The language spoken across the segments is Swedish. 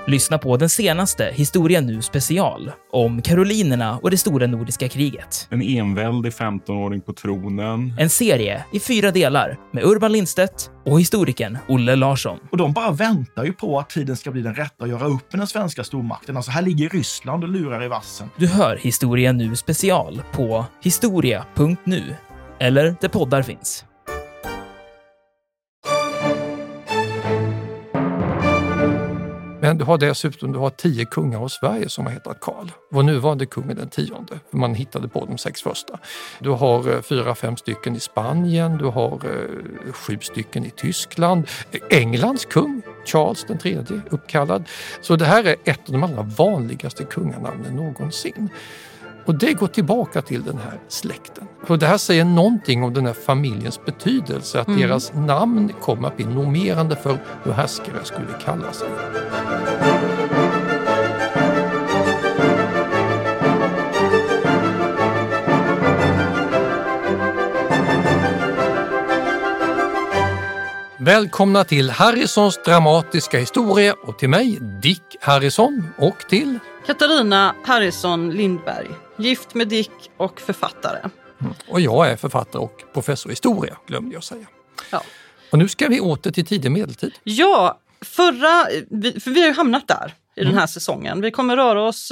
Lyssna på den senaste Historia Nu special om Karolinerna och det stora nordiska kriget. En enväldig 15-åring på tronen. En serie i 4 delar med Urban Lindstedt och historikern Olle Larsson. Och de bara väntar ju på att tiden ska bli den rätta att göra upp med den svenska stormakten. Alltså här ligger Ryssland och lurar i vassen. Du hör Historia Nu special på historia.nu eller där poddar finns. Men du har dessutom 10 kungar av Sverige som har hetat Karl. Vår nuvarande kung är den 10:e, för man hittade på de 6 första. Du har 4-5 stycken i Spanien, du har 7 stycken i Tyskland. Englands kung, Charles den 3:e, uppkallad. Så det här är ett av de allra vanligaste kunganamnen någonsin. Och det går tillbaka till den här släkten. Och det här säger någonting om den här familjens betydelse, att deras namn kommer att bli normerande för hur härskare skulle kalla sig. Välkomna till Harrisons dramatiska historia och till mig, Dick Harrison, och till Katarina Harrison Lindberg, gift med Dick och författare. Och jag är författare och professor i historia, glömde jag säga. Ja. Och nu ska vi åter till tidig medeltid. Ja, för vi har ju hamnat där i den här säsongen. Vi kommer röra oss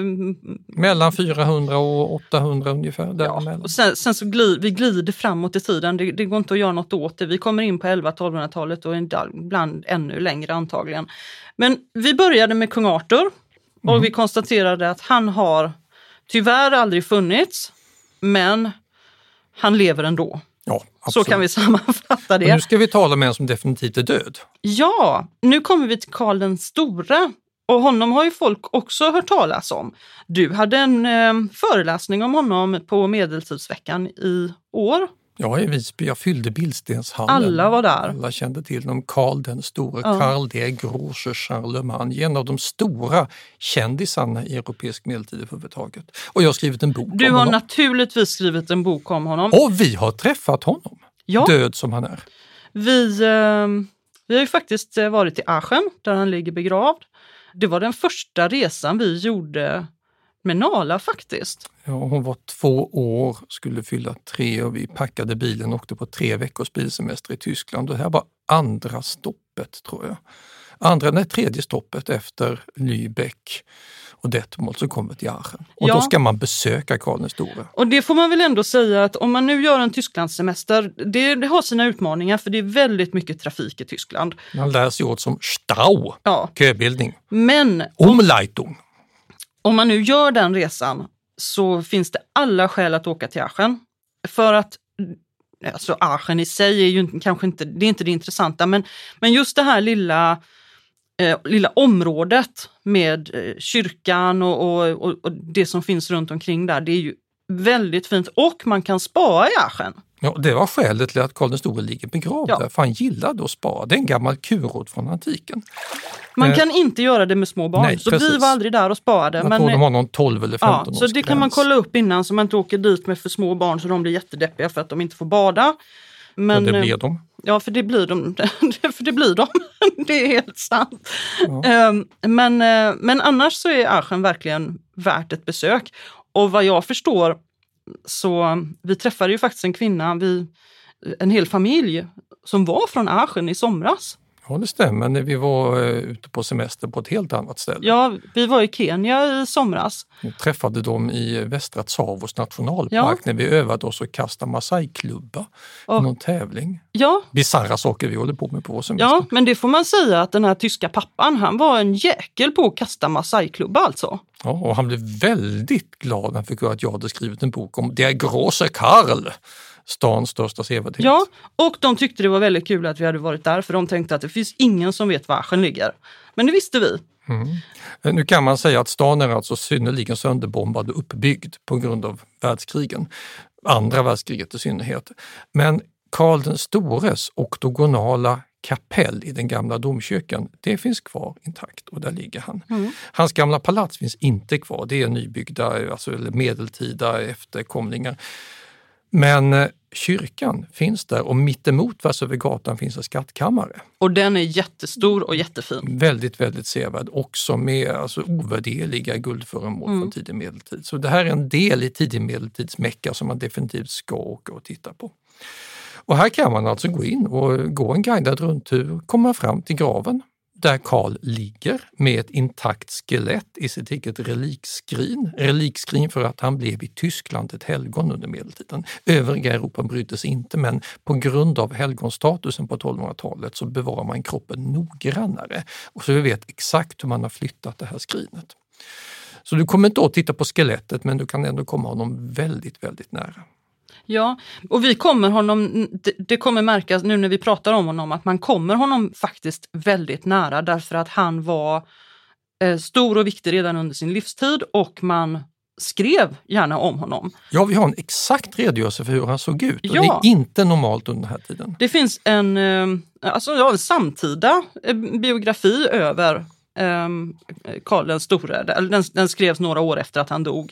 mellan 400 och 800 ungefär. Ja, och sen så glider framåt i tiden. Det går inte att göra något åt det. Vi kommer in på 1100-1200-talet och ibland ännu längre antagligen. Men vi började med kung Arthur och vi konstaterade att han har tyvärr aldrig funnits, men han lever ändå. Ja, så kan vi sammanfatta det. Och nu ska vi tala med en som definitivt är död. Ja, nu kommer vi till Karl den stora. Och honom har ju folk också hört talas om. Du hade en föreläsning om honom på Medeltidsveckan i år. Ja, i Visby. Jag fyllde Bildstenshallen. Alla var där. Alla kände till honom. Karl den store. Ja. Karl de Grosse Charlemagne. En av de stora kändisarna i europeisk medeltid överhuvudtaget. Och jag har skrivit en bok om honom. Du har naturligtvis skrivit en bok om honom. Och vi har träffat honom. Ja. Död som han är. Vi har ju faktiskt varit i Aachen där han ligger begravd. Det var den första resan vi gjorde med Nala faktiskt. Ja, hon var 2 år, skulle fylla 3 och vi packade bilen och åkte på 3 veckors bilsemester i Tyskland. Och det här var andra stoppet, tror jag. Tredje stoppet efter Lübeck och Detmold, så kommer vi till Aachen. Och då ska man besöka Karl den store. Och det får man väl ändå säga att om man nu gör en Tysklandssemester, det har sina utmaningar för det är väldigt mycket trafik i Tyskland. Man lär sig åt som Stau, köbildning. Men Umleitung. Om man nu gör den resan så finns det alla skäl att åka till Aachen. För att alltså Aachen i sig är ju kanske inte det intressanta, men just det här lilla området med kyrkan och det som finns runt omkring där, det är ju väldigt fint och man kan spara i Aachen. Ja, det var skälet till att Karl den store ligger begravd där, för han gillade att spara. Det är en gammal kurort från antiken. Man kan inte göra det med små barn, nej, så precis. Vi var aldrig där och sparade. Jag tror de har någon 12 eller 15 års så det kan man kolla upp innan så man inte åker dit med för små barn så de blir jättedeppiga för att de inte får bada. Men, det blir de. Ja, för det blir de. Det är helt sant. Ja. Men annars så är Aachen verkligen värt ett besök. Och vad jag förstår så vi träffade ju faktiskt en kvinna, en hel familj som var från Aachen i somras. Ja, det stämmer. När vi var ute på semester på ett helt annat ställe. Ja, vi var i Kenya i somras. Vi träffade dem i Västra Tsavos nationalpark när vi övade oss och kastade Masai-klubba i någon tävling. Ja. Bizarra saker vi håller på med på vår semester. Ja, men det får man säga att den här tyska pappan, han var en jäkel på att kasta Masai-klubba alltså. Ja, och han blev väldigt glad när han fick höra att jag hade skrivit en bok om Der große Karl. Stans största sevärdhet. Ja, och de tyckte det var väldigt kul att vi hade varit där för de tänkte att det finns ingen som vet var Aachen ligger. Men det visste vi. Nu kan man säga att stan är alltså synnerligen sönderbombad och uppbyggd på grund av världskrigen. Andra världskriget i synnerhet. Men Karl den stores oktogonala kapell i den gamla domkyrkan, det finns kvar intakt och där ligger han. Hans gamla palats finns inte kvar, det är nybyggda, alltså medeltida efterkomlingar. Men kyrkan finns där och mittemot tvärs över gatan finns en skattkammare. Och den är jättestor och jättefin. Väldigt, väldigt sevärd. Också med ovärderliga guldföremål från tidig medeltid. Så det här är en del i tidig medeltidsmecka som man definitivt ska åka och titta på. Och här kan man alltså gå in och gå en guidad rundtur och komma fram till graven där Karl ligger med ett intakt skelett i sitt eget relikskrin. Relikskrin för att han blev i Tyskland ett helgon under medeltiden. Övriga Europa brydde sig inte, men på grund av helgonstatusen på 1200-talet så bevarar man kroppen noggrannare. Och så vi vet exakt hur man har flyttat det här skrinet. Så du kommer inte att titta på skelettet, men du kan ändå komma honom väldigt, väldigt nära. Ja, och vi kommer honom, det kommer märkas nu när vi pratar om honom att man kommer honom faktiskt väldigt nära därför att han var stor och viktig redan under sin livstid och man skrev gärna om honom. Ja, vi har en exakt redogörelse för hur han såg ut och ja. det är inte normalt under den här tiden. Det finns en samtida biografi över Karl den store, den skrevs några år efter att han dog.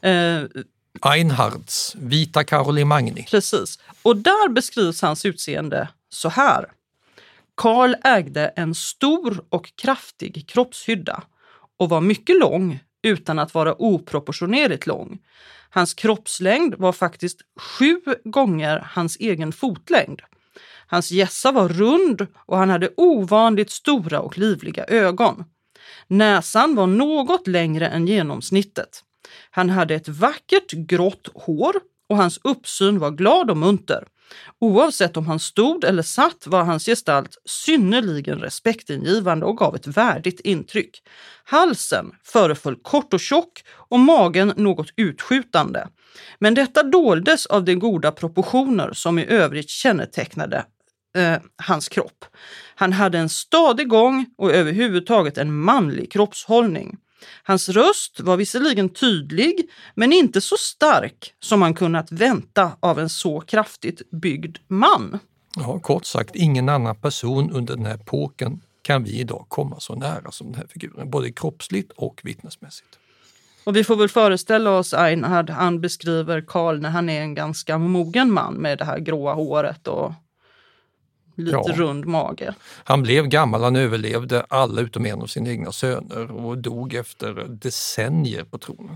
Einhards, Vita Karoli Magni. Precis. Och där beskrivs hans utseende så här. Karl ägde en stor och kraftig kroppshydda och var mycket lång utan att vara oproportionerligt lång. Hans kroppslängd var faktiskt 7 gånger hans egen fotlängd. Hans hjässa var rund och han hade ovanligt stora och livliga ögon. Näsan var något längre än genomsnittet. Han hade ett vackert grått hår och hans uppsyn var glad och munter. Oavsett om han stod eller satt var hans gestalt synnerligen respektingivande och gav ett värdigt intryck. Halsen föreföll kort och tjock och magen något utskjutande. Men detta doldes av de goda proportioner som i övrigt kännetecknade hans kropp. Han hade en stadig gång och överhuvudtaget en manlig kroppshållning. Hans röst var visserligen tydlig men inte så stark som man kunnat vänta av en så kraftigt byggd man. Ja, kort sagt, ingen annan person under den här epoken kan vi idag komma så nära som den här figuren, både kroppsligt och vittnesmässigt. Och vi får väl föreställa oss Einhard, han beskriver Karl när han är en ganska mogen man med det här gråa håret och lite rund mage. Han blev gammal, han överlevde alla utom en av sina egna söner och dog efter decennier på tronen.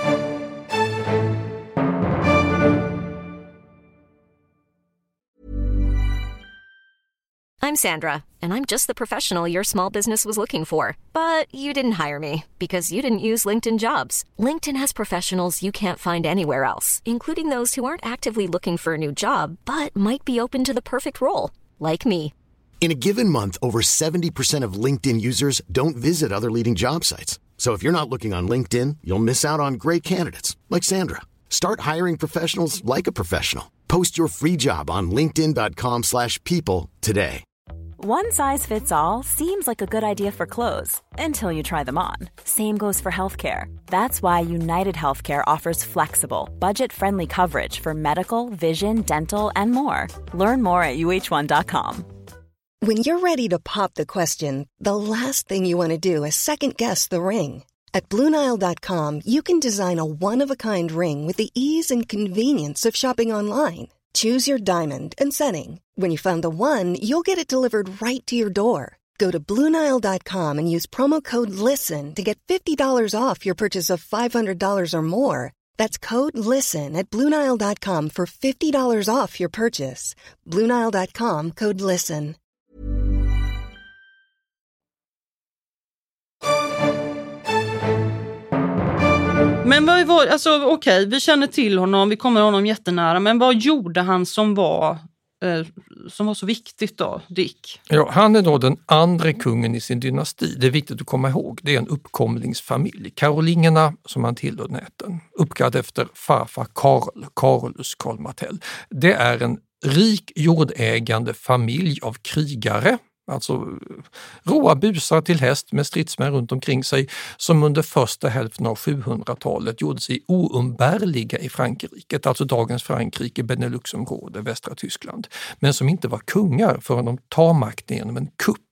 I'm Sandra, and I'm just the professional your small business was looking for. But you didn't hire me because you didn't use LinkedIn Jobs. LinkedIn has professionals you can't find anywhere else, including those who aren't actively looking for a new job, but might be open to the perfect role, like me. In a given month, over 70% of LinkedIn users don't visit other leading job sites. So if you're not looking on LinkedIn, you'll miss out on great candidates like Sandra. Start hiring professionals like a professional. Post your free job on linkedin.com/people today. One size fits all seems like a good idea for clothes until you try them on. Same goes for healthcare. That's why United Healthcare offers flexible, budget-friendly coverage for medical, vision, dental, and more. Learn more at uh1.com. When you're ready to pop the question, the last thing you want to do is second-guess the ring. At BlueNile.com, you can design a one-of-a-kind ring with the ease and convenience of shopping online. Choose your diamond and setting. When you find the one, you'll get it delivered right to your door. Go to BlueNile.com and use promo code LISTEN to get $50 off your purchase of $500 or more. That's code LISTEN at BlueNile.com for $50 off your purchase. BlueNile.com, code LISTEN. Men vad var, alltså okej, vi känner till honom, vi kommer honom jättenära, men vad gjorde han som var så viktigt då, Dick? Ja, han är då den andra kungen i sin dynasti. Det är viktigt att komma ihåg. Det är en uppkomlingsfamilj. Karolingerna, som han tillhör näten, uppkallad efter farfar Karl, Carolus Karl Martell. Det är en rik jordägande familj av krigare, alltså råa busar till häst med stridsmän runt omkring sig, som under första hälften av 700-talet gjorde sig oumbärliga i Frankrike, alltså dagens Frankrike, Beneluxområde, västra Tyskland, men som inte var kungar förrän de tar makten genom en kupp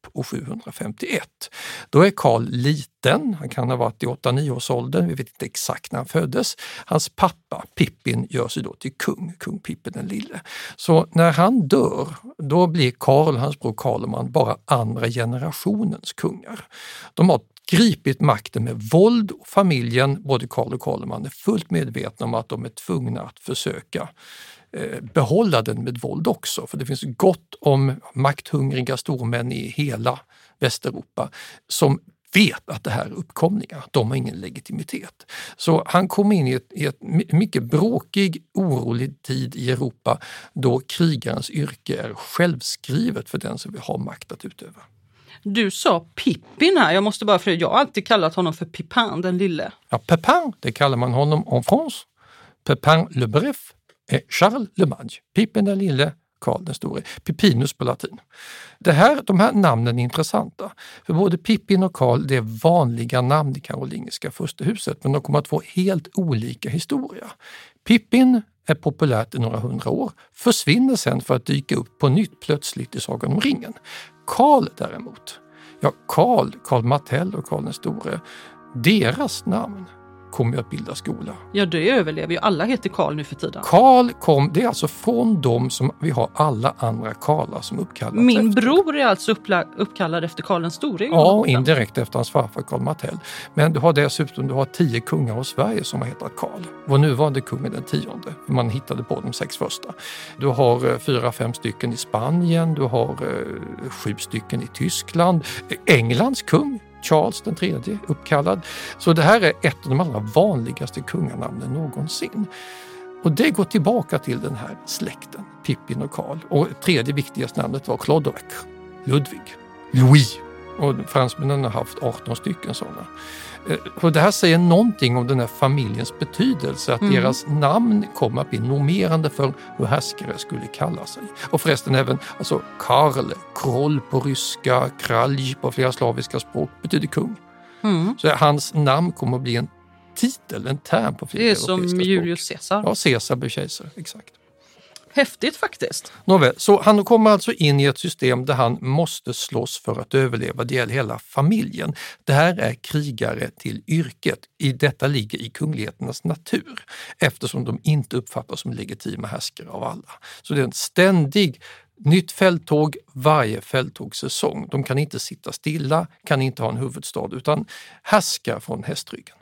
och 751. Då är Karl liten, han kan ha varit i 8-9 års ålder, vi vet inte exakt när han föddes. Hans pappa Pippin gör sig då till kung Pippin den lille. Så när han dör, då blir Karl och hans bror Karloman bara andra generationens kungar. De har gripit makten med våld och familjen, både Karl och Karloman, är fullt medvetna om att de är tvungna att försöka behålla den med våld också. För det finns gott om makthungriga stormän i hela Västeuropa som vet att det här är uppkomlingar. De har ingen legitimitet. Så han kom in i ett mycket bråkig, orolig tid i Europa då krigarens yrke är självskrivet för den som vill ha makt att utöva. Du sa Pippin här, jag har alltid kallat honom för Pipin den lille. Ja, Pepin, det kallar man honom en France. Pepin le Bref är Charles le Mage. Pippin den lille, Karl den store. Pippinus på latin. De här namnen är intressanta. För både Pippin och Karl, det är vanliga namn i karolingiska furstehuset, men de kommer att få helt olika historia. Pippin är populärt i några 100 år, försvinner sen för att dyka upp på nytt plötsligt i Sagan om ringen. Karl däremot, Karl Martell och Karl den store, deras namn kommer att bilda skola. Ja, det överlever ju. Alla heter Karl nu för tiden. Karl det är alltså från dem som vi har alla andra Karlar som uppkallats Min efter. bror är alltså uppkallad efter Karl den store. Ja, indirekt efter hans farfar Karl Martell. Men du har dessutom 10 kungar av Sverige som har hetat Karl. Vår nuvarande kung är den 10:e. Man hittade på de 6 första. Du har 4-5 stycken i Spanien. Du har 7 stycken i Tyskland. Englands kung Charles den 3:e uppkallad. Så det här är ett av de allra vanligaste kunganamnen någonsin. Och det går tillbaka till den här släkten, Pippin och Karl. Och tredje viktigaste namnet var Chlodovec, Ludvig, Louis. Och fransmännen har haft 18 stycken sådana. Och det här säger någonting om den här familjens betydelse, att deras namn kommer att bli normerande för hur härskare skulle kalla sig. Och förresten även Karl, Kroll på ryska, Kralj på flera slaviska språk betyder kung. Så hans namn kommer att bli en titel, en term på flera europeiska språk. Det är som Julius Caesar. Ja, Caesar blev kejsare, exakt. Häftigt faktiskt. Nåväl, så han kommer alltså in i ett system där han måste slåss för att överleva. Det gäller hela familjen. Det här är krigare till yrket. I detta ligger i kungligheternas natur, eftersom de inte uppfattas som legitima härskare av alla. Så det är en ständig nytt fälttåg varje fälttågssäsong. De kan inte sitta stilla, kan inte ha en huvudstad, utan härska från hästryggen.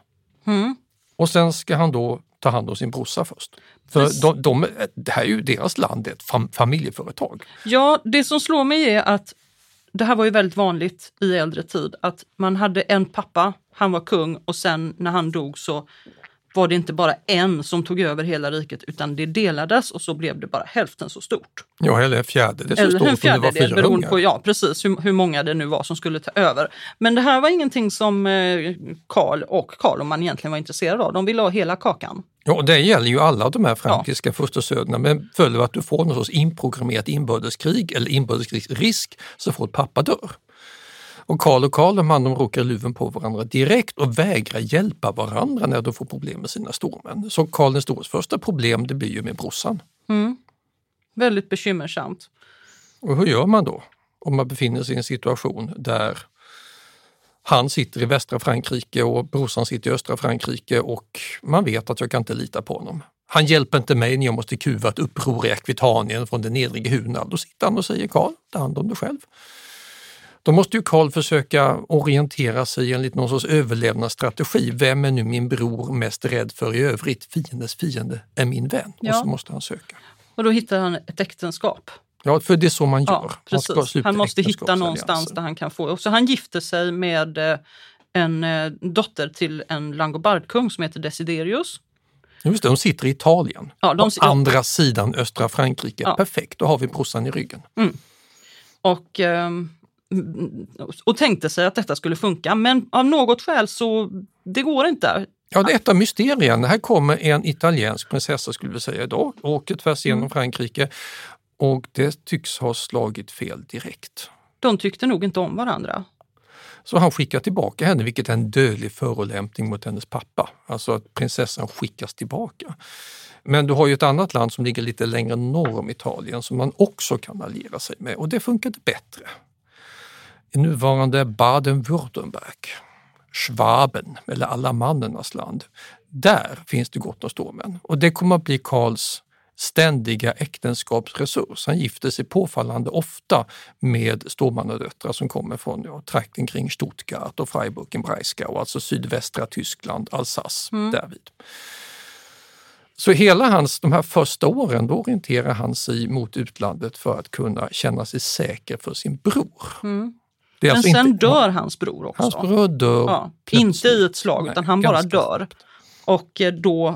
Och sen ska han då ta hand om sin brorsa först. För det här är ju deras land, ett familjeföretag. Ja, det som slår mig är att det här var ju väldigt vanligt i äldre tid. Att man hade en pappa, han var kung, och sen när han dog så var det inte bara en som tog över hela riket, utan det delades och så blev det bara hälften så stort. Ja, eller en fjärdedel så stort, det var 4 beroende på, ja, precis hur många det nu var som skulle ta över. Men det här var ingenting som Karl och Karloman egentligen var intresserade av. De ville ha hela kakan. Ja, och det gäller ju alla de här frankiska furstesönerna, men följer att du får någon sorts inprogrammerat inbördeskrig eller inbördeskrigsrisk så fort pappa dör. Och Karl de råkar i luven på varandra direkt och vägrar hjälpa varandra när de får problem med sina stormän. Så Karl den stores första problem, det blir ju med brorsan. Väldigt bekymmersamt. Och hur gör man då om man befinner sig i en situation där han sitter i västra Frankrike och brorsan sitter i östra Frankrike och man vet att jag kan inte lita på honom. Han hjälper inte mig när jag måste kuva ett uppror i Akvitanien från den nedriga Hunald. Då sitter han och säger: Karl, ta hand om dig själv. Då måste ju Karl försöka orientera sig enligt någon sorts överlevnadsstrategi. Vem är nu min bror mest rädd för i övrigt? Fiendens fiende är min vän. Ja. Och så måste han söka. Och då hittar han ett äktenskap. Ja, för det är så man gör. Ja, precis. Han måste hitta någonstans där han kan få. Och så han gifter sig med en dotter till en langobardkung som heter Desiderius. Just det, de sitter i Italien. Ja, på andra sidan östra Frankrike. Ja. Perfekt, då har vi brorsan i ryggen. Och tänkte sig att detta skulle funka, men av något skäl så det går inte. Ja, det är ett av mysterierna. Här kommer en italiensk prinsessa, skulle vi säga idag, åker tvärs genom Frankrike och det tycks ha slagit fel direkt. De tyckte nog inte om varandra. Så han skickar tillbaka henne, vilket är en dödlig förolämpning mot hennes pappa. Alltså att prinsessan skickas tillbaka. Men du har ju ett annat land som ligger lite längre norr om Italien som man också kan alliera sig med och det funkade bättre. i nuvarande Baden-Württemberg, Schwaben eller Allamannernas land. Där finns det gott om stormän och det kommer att bli Karls ständiga äktenskapsresurs. Han gifter sig påfallande ofta med stormannadöttrar som kommer från trakten kring Stuttgart och Freiburg im Breisgau, alltså sydvästra Tyskland, Alsace, därvid. Så hela de här första åren, då orienterar han sig mot utlandet för att kunna känna sig säker för sin bror. Det är men alltså sen dör hans bror också. Hans bror dör. Ja, inte i ett slag, utan han bara dör. Snabbt. Och då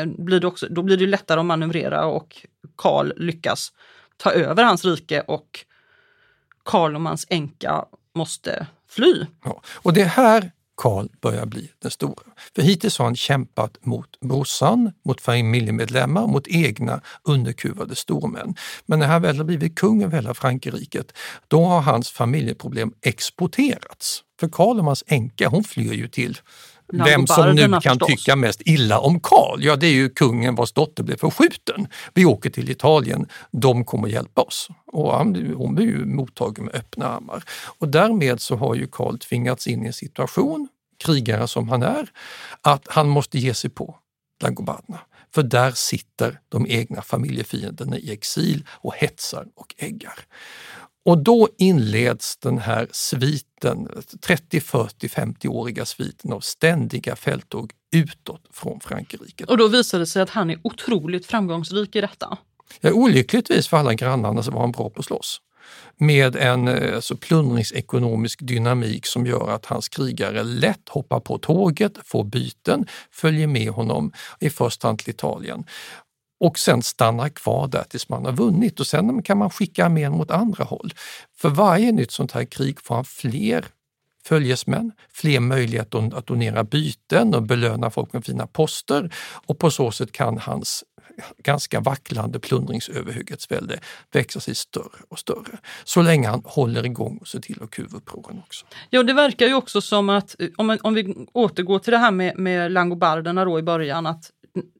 blir det lättare att manövrera och Karl lyckas ta över hans rike och Karl och hans änka måste fly. Ja. Och det här Karl börjar bli den stora. För hittills har han kämpat mot brorsan, mot familjemedlemmar, mot egna underkuvade stormän. Men när han väl har blivit kung över hela Frankrike, då har hans familjeproblem exporterats. För Karl och hans änka, hon flyr ju till vem som nu kan tycka mest illa om Karl. Ja, det är ju kungen vars dotter blev förskjuten. Vi åker till Italien, de kommer hjälpa oss. Och hon blir ju mottagen med öppna armar. Och därmed så har ju Karl tvingats in i en situation, krigare som han är, att han måste ge sig på langobarderna. För där sitter de egna familjefienderna i exil och hetsar och äggar. Och då inleds den här sviten, 30, 40, 50-åriga sviten av ständiga fälttåg utåt från Frankrike. Och då visar det sig att han är otroligt framgångsrik i detta. Ja, olyckligtvis för alla grannarna så var han bra på att slåss. Med en plundringsekonomisk dynamik som gör att hans krigare lätt hoppar på tåget, får byten, följer med honom i första hand till Italien. Och sen stannar kvar där tills man har vunnit och sen kan man skicka armén mot andra håll. För varje nytt sånt här krig får han fler följesmän, fler möjligheter att donera byten och belöna folk med fina poster och på så sätt kan hans ganska vacklande plundringsöverhöghetsvälde växa sig större och större. Så länge han håller igång och ser till att kuva upproren också. Ja, det verkar ju också som att, om vi återgår till det här med langobarderna då i början, att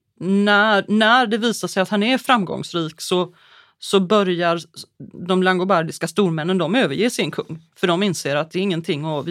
när det visar sig att han är framgångsrik så börjar de langobardiska stormännen, de överge sin kung. För de inser att det är ingenting och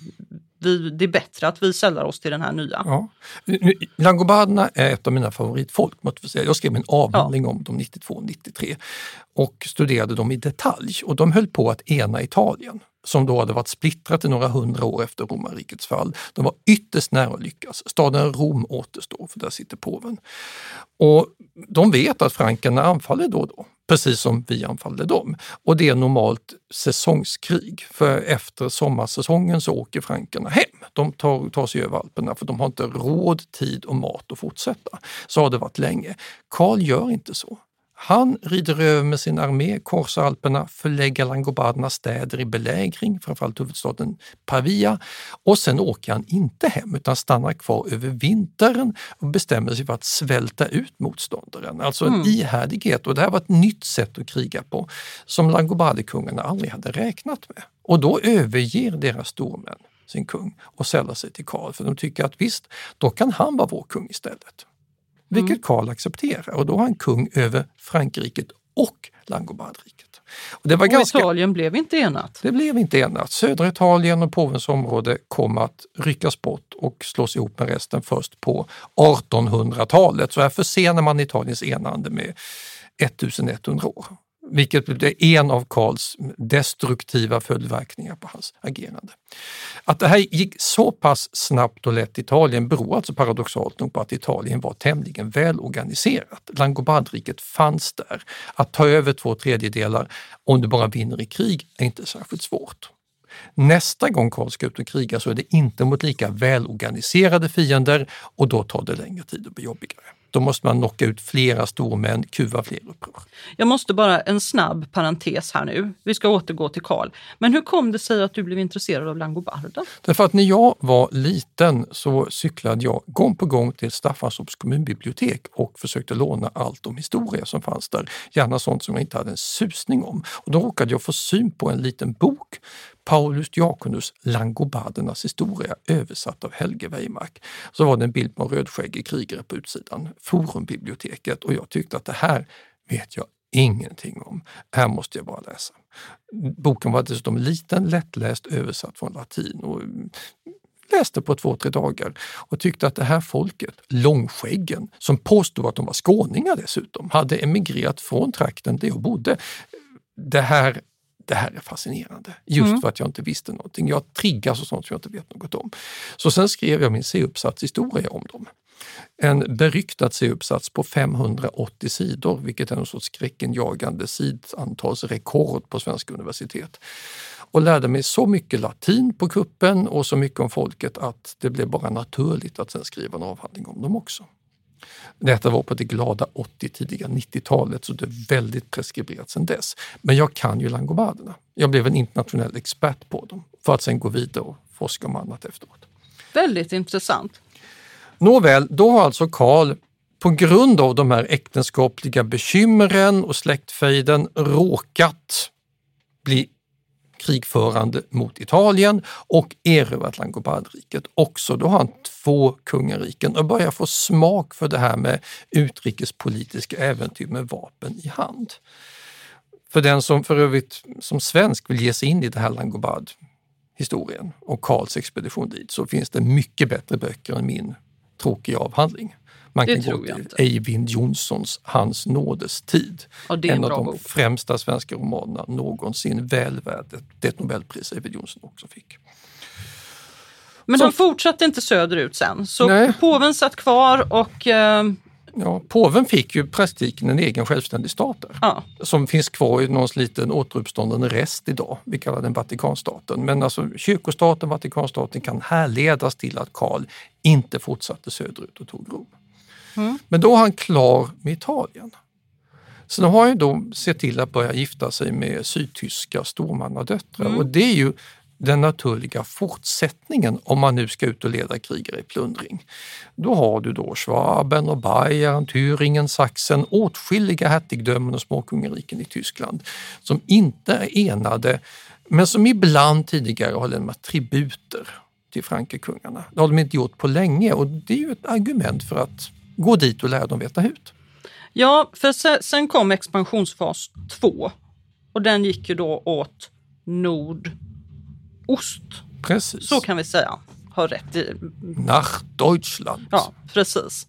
det är bättre att vi säljer oss till den här nya. Ja. Langobarderna är ett av mina favoritfolk, måste jag säga. Jag skrev en avhandling om dem 92-93 och studerade dem i detalj. Och de höll på att ena Italien, som då hade varit splittrat i några 100 år efter romarrikets fall. De var ytterst nära att lyckas. Staden Rom återstår, för där sitter påven. Och de vet att frankerna anfaller då och då, precis som vi anfaller dem. Och det är normalt säsongskrig, för efter sommarsäsongen så åker frankerna hem. De tar sig över Alperna för de har inte råd, tid och mat att fortsätta. Så har det varit länge. Karl gör inte så. Han rider över med sin armé, korsar Alperna, förlägger langobardernas städer i belägring, framförallt huvudstaden Pavia, och sen åker han inte hem utan stannar kvar över vintern och bestämmer sig för att svälta ut motståndaren. Alltså en ihärdighet, och det här var ett nytt sätt att kriga på som langobardikungarna aldrig hade räknat med. Och då överger deras stormän sin kung och säljer sig till Karl, för de tycker att visst, då kan han vara vår kung istället. Vilket Karl accepterar, och då har han kung över Frankrike och Langobardriket. Och Italien blev inte enat. Det blev inte enat. Södra Italien och påvens område kom att ryckas bort och slås ihop med resten först på 1800-talet. Så här försenar man Italiens enande med 1100 år. Vilket blev en av Karls destruktiva följdverkningar på hans agerande. Att det här gick så pass snabbt och lätt i Italien beror alltså paradoxalt nog på att Italien var tämligen välorganiserat. Langobardriket fanns där. Att ta över 2/3 om du bara vinner i krig är inte särskilt svårt. Nästa gång Karl ska ut och kriga så är det inte mot lika välorganiserade fiender och då tar det längre tid och blir jobbigare. Då måste man knocka ut flera stormän, kuva fler uppror. Jag måste bara en snabb parentes här nu. Vi ska återgå till Karl. Men hur kom det sig att du blev intresserad av langobarden? Därför att när jag var liten så cyklade jag gång på gång till Staffanstorps kommunbibliotek och försökte låna allt om historia som fanns där. Gärna sånt som jag inte hade en susning om. Och då råkade jag få syn på en liten bok, Paulus Diakonus Langobardernas historia, översatt av Helge Weimark. Så var det en bild på en rödskäggig krigare på utsidan, Forumbiblioteket, och jag tyckte att det här vet jag ingenting om. Här måste jag bara läsa. Boken var dessutom liten, lättläst, översatt från latin och läste på 2-3 dagar och tyckte att det här folket, långskäggen, som påstod att de var skåningar dessutom, hade emigrerat från trakten där jag bodde. Det här är fascinerande, just för att jag inte visste någonting. Jag triggas och sånt som jag inte vet något om. Så sen skrev jag min C-uppsatshistoria om dem. En beryktad C-uppsats på 580 sidor, vilket är en sorts skräckenjagande sidantalsrekord på svenska universitet. Och lärde mig så mycket latin på kuppen och så mycket om folket att det blev bara naturligt att sen skriva en avhandling om dem också. Detta var på det glada 80, tidiga 90-talet, så det är väldigt preskriberat sedan dess. Men jag kan ju langobarderna. Jag blev en internationell expert på dem för att sen gå vidare och forska om annat efteråt. Väldigt intressant. Nåväl, då har alltså Karl på grund av de här äktenskapliga bekymren och släktfejden råkat bli krigförande mot Italien och erövrat Langobardriket också. Då har han 2 kungariken och börjar få smak för det här med utrikespolitiska äventyr med vapen i hand. För den som för övrigt som svensk vill ge sig in i det här Langobard-historien och Karls expedition dit, så finns det mycket bättre böcker än min tråkiga avhandling. Man kan gå till Eivind Jonssons Hans nådes tid. Ja, det är en av de bok. främsta svenska romanerna någonsin, väl värd det Nobelpris Eivind Jonsson också fick. Men de fortsatte inte söderut sen. Så påven satt kvar och... Ja, påven fick ju praktiken en egen självständig stat där, som finns kvar i någon liten återuppståndande rest idag. Vi kallar den Vatikanstaten. Men alltså kyrkostaten, Vatikanstaten kan härledas till att Karl inte fortsatte söderut och tog Rom. Men då är han klar med Italien. Så då har han då sett till att börja gifta sig med sydtyska stormannadöttrar. Och det är ju den naturliga fortsättningen om man nu ska ut och leda krigare i plundring. Då har du då Schwaben och Bayern, Thüringen, Sachsen, åtskilliga hertigdömen och småkungariken i Tyskland som inte är enade, men som ibland tidigare har lämnat tributer till frankekungarna. Det har de inte gjort på länge och det är ju ett argument för att gå dit och lära dem veta hut. Ja, för sen kom expansionsfas 2 och den gick ju då åt nordost. Precis. Så kan vi säga. Har rätt i. Nach Deutschland. Ja, precis.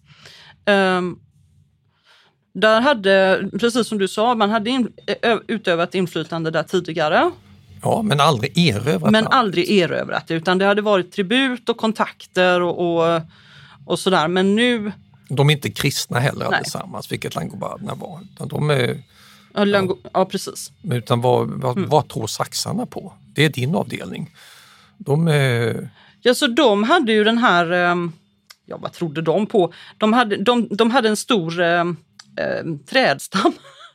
Där hade, precis som du sa, man hade utövat inflytande där tidigare. Ja, men aldrig erövrat. Men aldrig erövrat det, utan det hade varit tribut och kontakter och sådär. Men nu... De är inte kristna heller allesammans, vilket langobarderna var. Utan de är... Ja, precis. Utan vad tror saxarna på? Det är din avdelning. Ja, så de hade ju den här... Ja, vad trodde de på? De hade en stor trädstam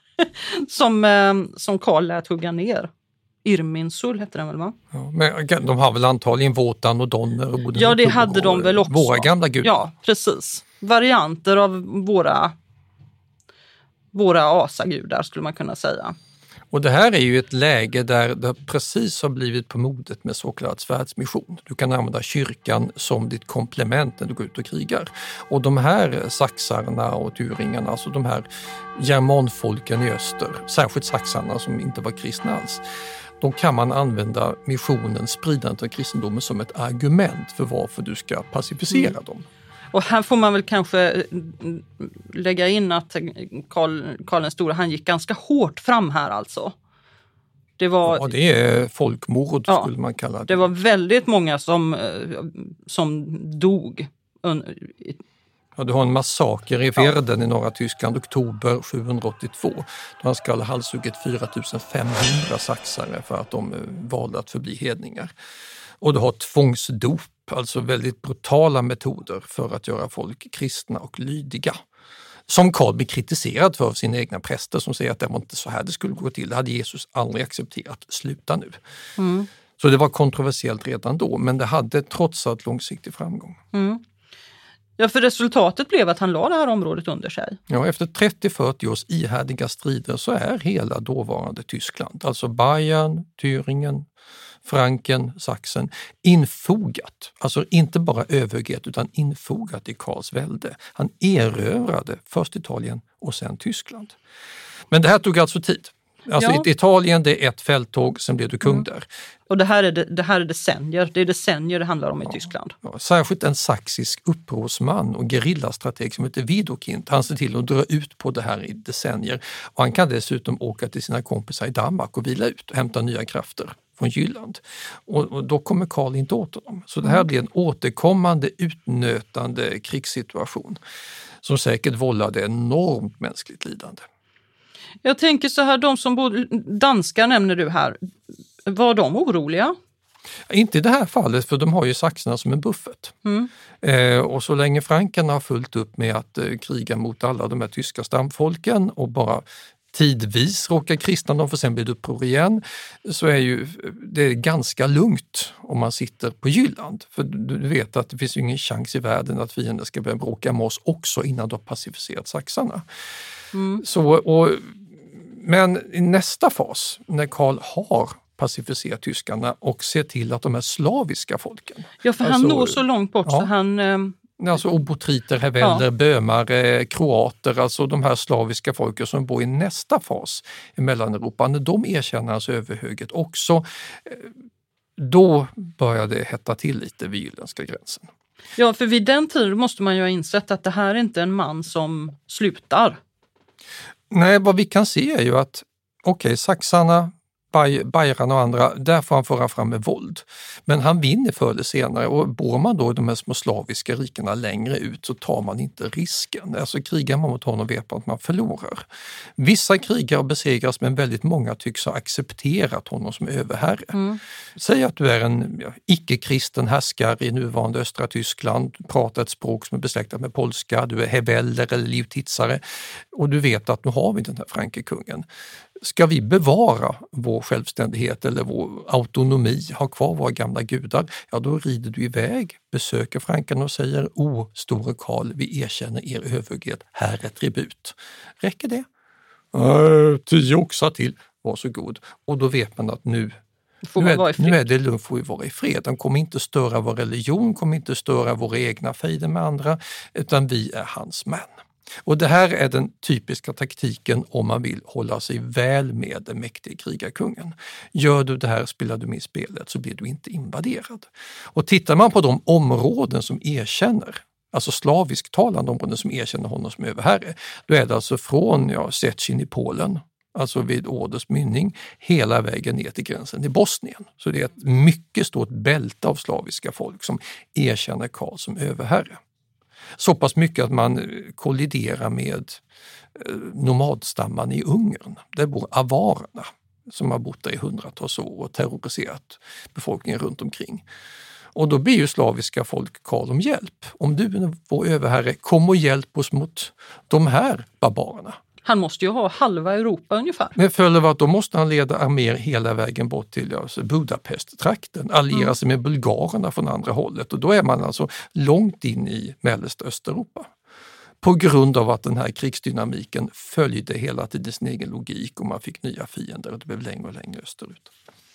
som Karl lät hugga ner. Irminsul hette den väl, va? Ja, men de har väl antagligen Wotan och Donner och Oden. Ja, det hade de väl också. Våra gamla gudar. Ja, precis. Varianter av våra asagudar skulle man kunna säga. Och det här är ju ett läge där det precis har blivit på modet med så kallad svärdsmission. Du kan använda kyrkan som ditt komplement när du går ut och krigar. Och de här saxarna och turingarna, alltså de här germanfolken i öster, särskilt saxarna som inte var kristna alls, då kan man använda missionen, spridandet av kristendomen som ett argument för varför du ska pacificera dem. Och här får man väl kanske lägga in att Karl den stora, han gick ganska hårt fram här alltså. Det var, ja, det är folkmord skulle man kalla det. Det var väldigt många som dog. Ja, du har en massaker i Verden i norra Tyskland, oktober 782. Då han ska ha halshuggit 4500 saxare för att de valde att förbli hedningar. Och du har tvångsdop, alltså väldigt brutala metoder för att göra folk kristna och lydiga. Som Karl blir kritiserad för sina egna präster som säger att det var inte så här det skulle gå till. Det hade Jesus aldrig accepterat. Sluta nu. Så det var kontroversiellt redan då, men det hade trots allt långsiktig framgång. Ja, för resultatet blev att han la det här området under sig. Ja, efter 30-40 års ihärdiga strider så är hela dåvarande Tyskland, alltså Bayern, Thüringen, Franken, Sachsen, infogat, alltså inte bara överhöghet utan infogat i Karls välde. Han erövrade först Italien och sen Tyskland. Men det här tog alltså tid. Alltså Italien, det är ett fälttåg, sen blev du kung där. Och det här är decennier. Det är decennier det handlar om i Tyskland. Ja, särskilt en saxisk upprorsman och gerillastrateg som heter Widukind. Han ser till att dra ut på det här i decennier. Och han kan dessutom åka till sina kompisar i Danmark och vila ut och hämta nya krafter från Jylland. Och då kommer Karl inte åt honom. Så det här blir en återkommande utnötande krigssituation som säkert vållade enormt mänskligt lidande. Jag tänker så här, de som bor, danskar nämner du här, var de oroliga? Inte i det här fallet, för de har ju saxarna som en buffert. Och så länge frankarna har fullt upp med att kriga mot alla de här tyska stamfolken och bara tidvis råkar kristna dem för sen blir det uppror igen, så är ju det ganska lugnt om man sitter på Jylland. För du vet att det finns ju ingen chans i världen att fienden ska börja bråka med oss också innan de har pacificerat saxarna. Men i nästa fas, när Karl har pacificerat tyskarna och ser till att de här slaviska folken... Ja, för han når så långt bort så han... Alltså obotriter, heveller, bömar, kroater, alltså de här slaviska folken som bor i nästa fas i Mellaneuropa, när de erkänner hans överhöghet också, då börjar det hetta till lite vid Jylländska gränsen. Ja, för vid den tiden måste man ju ha insett att det här är inte en man som slutar. Nej, vad vi kan se är ju att saxarna, Bayern och andra, där får han föra fram med våld. Men han vinner förr eller senare, och bor man då i de här små slaviska rikena längre ut så tar man inte risken. Alltså krigar man mot honom vet man att man förlorar. Vissa krigar besegras, men väldigt många tycks ha accepterat honom som överherre. Säg att du är en icke-kristen härskare i nuvarande östra Tyskland, pratar ett språk som är besläktat med polska, du är heveller eller livtitsare och du vet att nu har vi den här frankekungen. Ska vi bevara vår självständighet eller vår autonomi, ha kvar våra gamla gudar, ja då rider du iväg, besöker frankarna och säger: "O, store Karl, vi erkänner er överhöghet, här är tribut." Räcker det? 10 oxar till, varsågod. Och då vet man att nu är det lugnt, får vi vara i fred. De kommer inte störa vår religion, kommer inte störa våra egna fejder med andra, utan vi är hans män. Och det här är den typiska taktiken om man vill hålla sig väl med den mäktiga krigarkungen. Gör du det här, spelar du med i spelet, så blir du inte invaderad. Och tittar man på de områden som erkänner, alltså slavisktalande områden som erkänner honom som överherre, då är det alltså från Szczecin i Polen, alltså vid Oders mynning, hela vägen ner till gränsen i Bosnien. Så det är ett mycket stort bälte av slaviska folk som erkänner Karl som överherre. Så pass mycket att man kolliderar med nomadstammarna i Ungern. Där bor avarerna som har bott där i hundratals år och terroriserat befolkningen runt omkring. Och då ber ju slaviska folk Karl om hjälp. Om du är vår överherre, kom och hjälp oss mot de här barbarerna. Han måste ju ha halva Europa ungefär. Men följer av att då måste han leda arméer hela vägen bort till Budapest-trakten, alliera sig med bulgarerna från andra hållet, och då är man alltså långt in i mellersta Östeuropa. På grund av att den här krigsdynamiken följde hela tiden sin egen logik och man fick nya fiender och det blev längre och längre österut.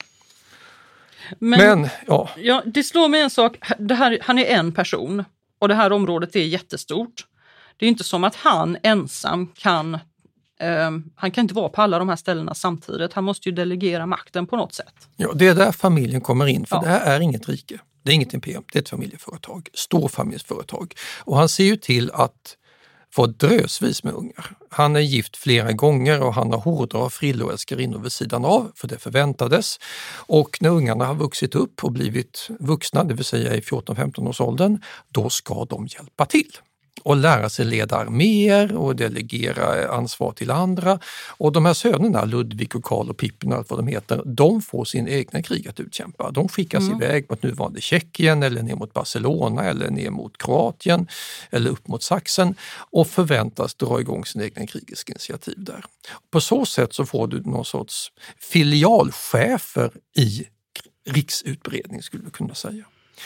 Men det slår mig en sak, han är en person och det här området är jättestort. Det är inte som att han ensam han kan inte vara på alla de här ställena samtidigt. Han måste ju delegera makten på något sätt. Ja, det är där familjen kommer in. För det här är inget rike. Det är inget imperium. Det är ett familjeföretag. Storfamiljsföretag. Och han ser ju till att få drösvis med ungar. Han är gift flera gånger och han har horder av frilloälskarinnor vid sidan av, för det förväntades. Och när ungarna har vuxit upp och blivit vuxna, det vill säga i 14-15 års åldern, då ska de hjälpa till. Och lära sig leda arméer och delegera ansvar till andra. Och de här sönerna, Ludvig och Karl och Pippin och allt vad de heter, de får sin egna krig att utkämpa. De skickas iväg mot nuvarande Tjeckien eller ner mot Barcelona eller ner mot Kroatien eller upp mot Sachsen och förväntas dra igång sin egna krigiska initiativ där. På så sätt så får du någon sorts filialchefer i riksutbredning, skulle vi kunna säga.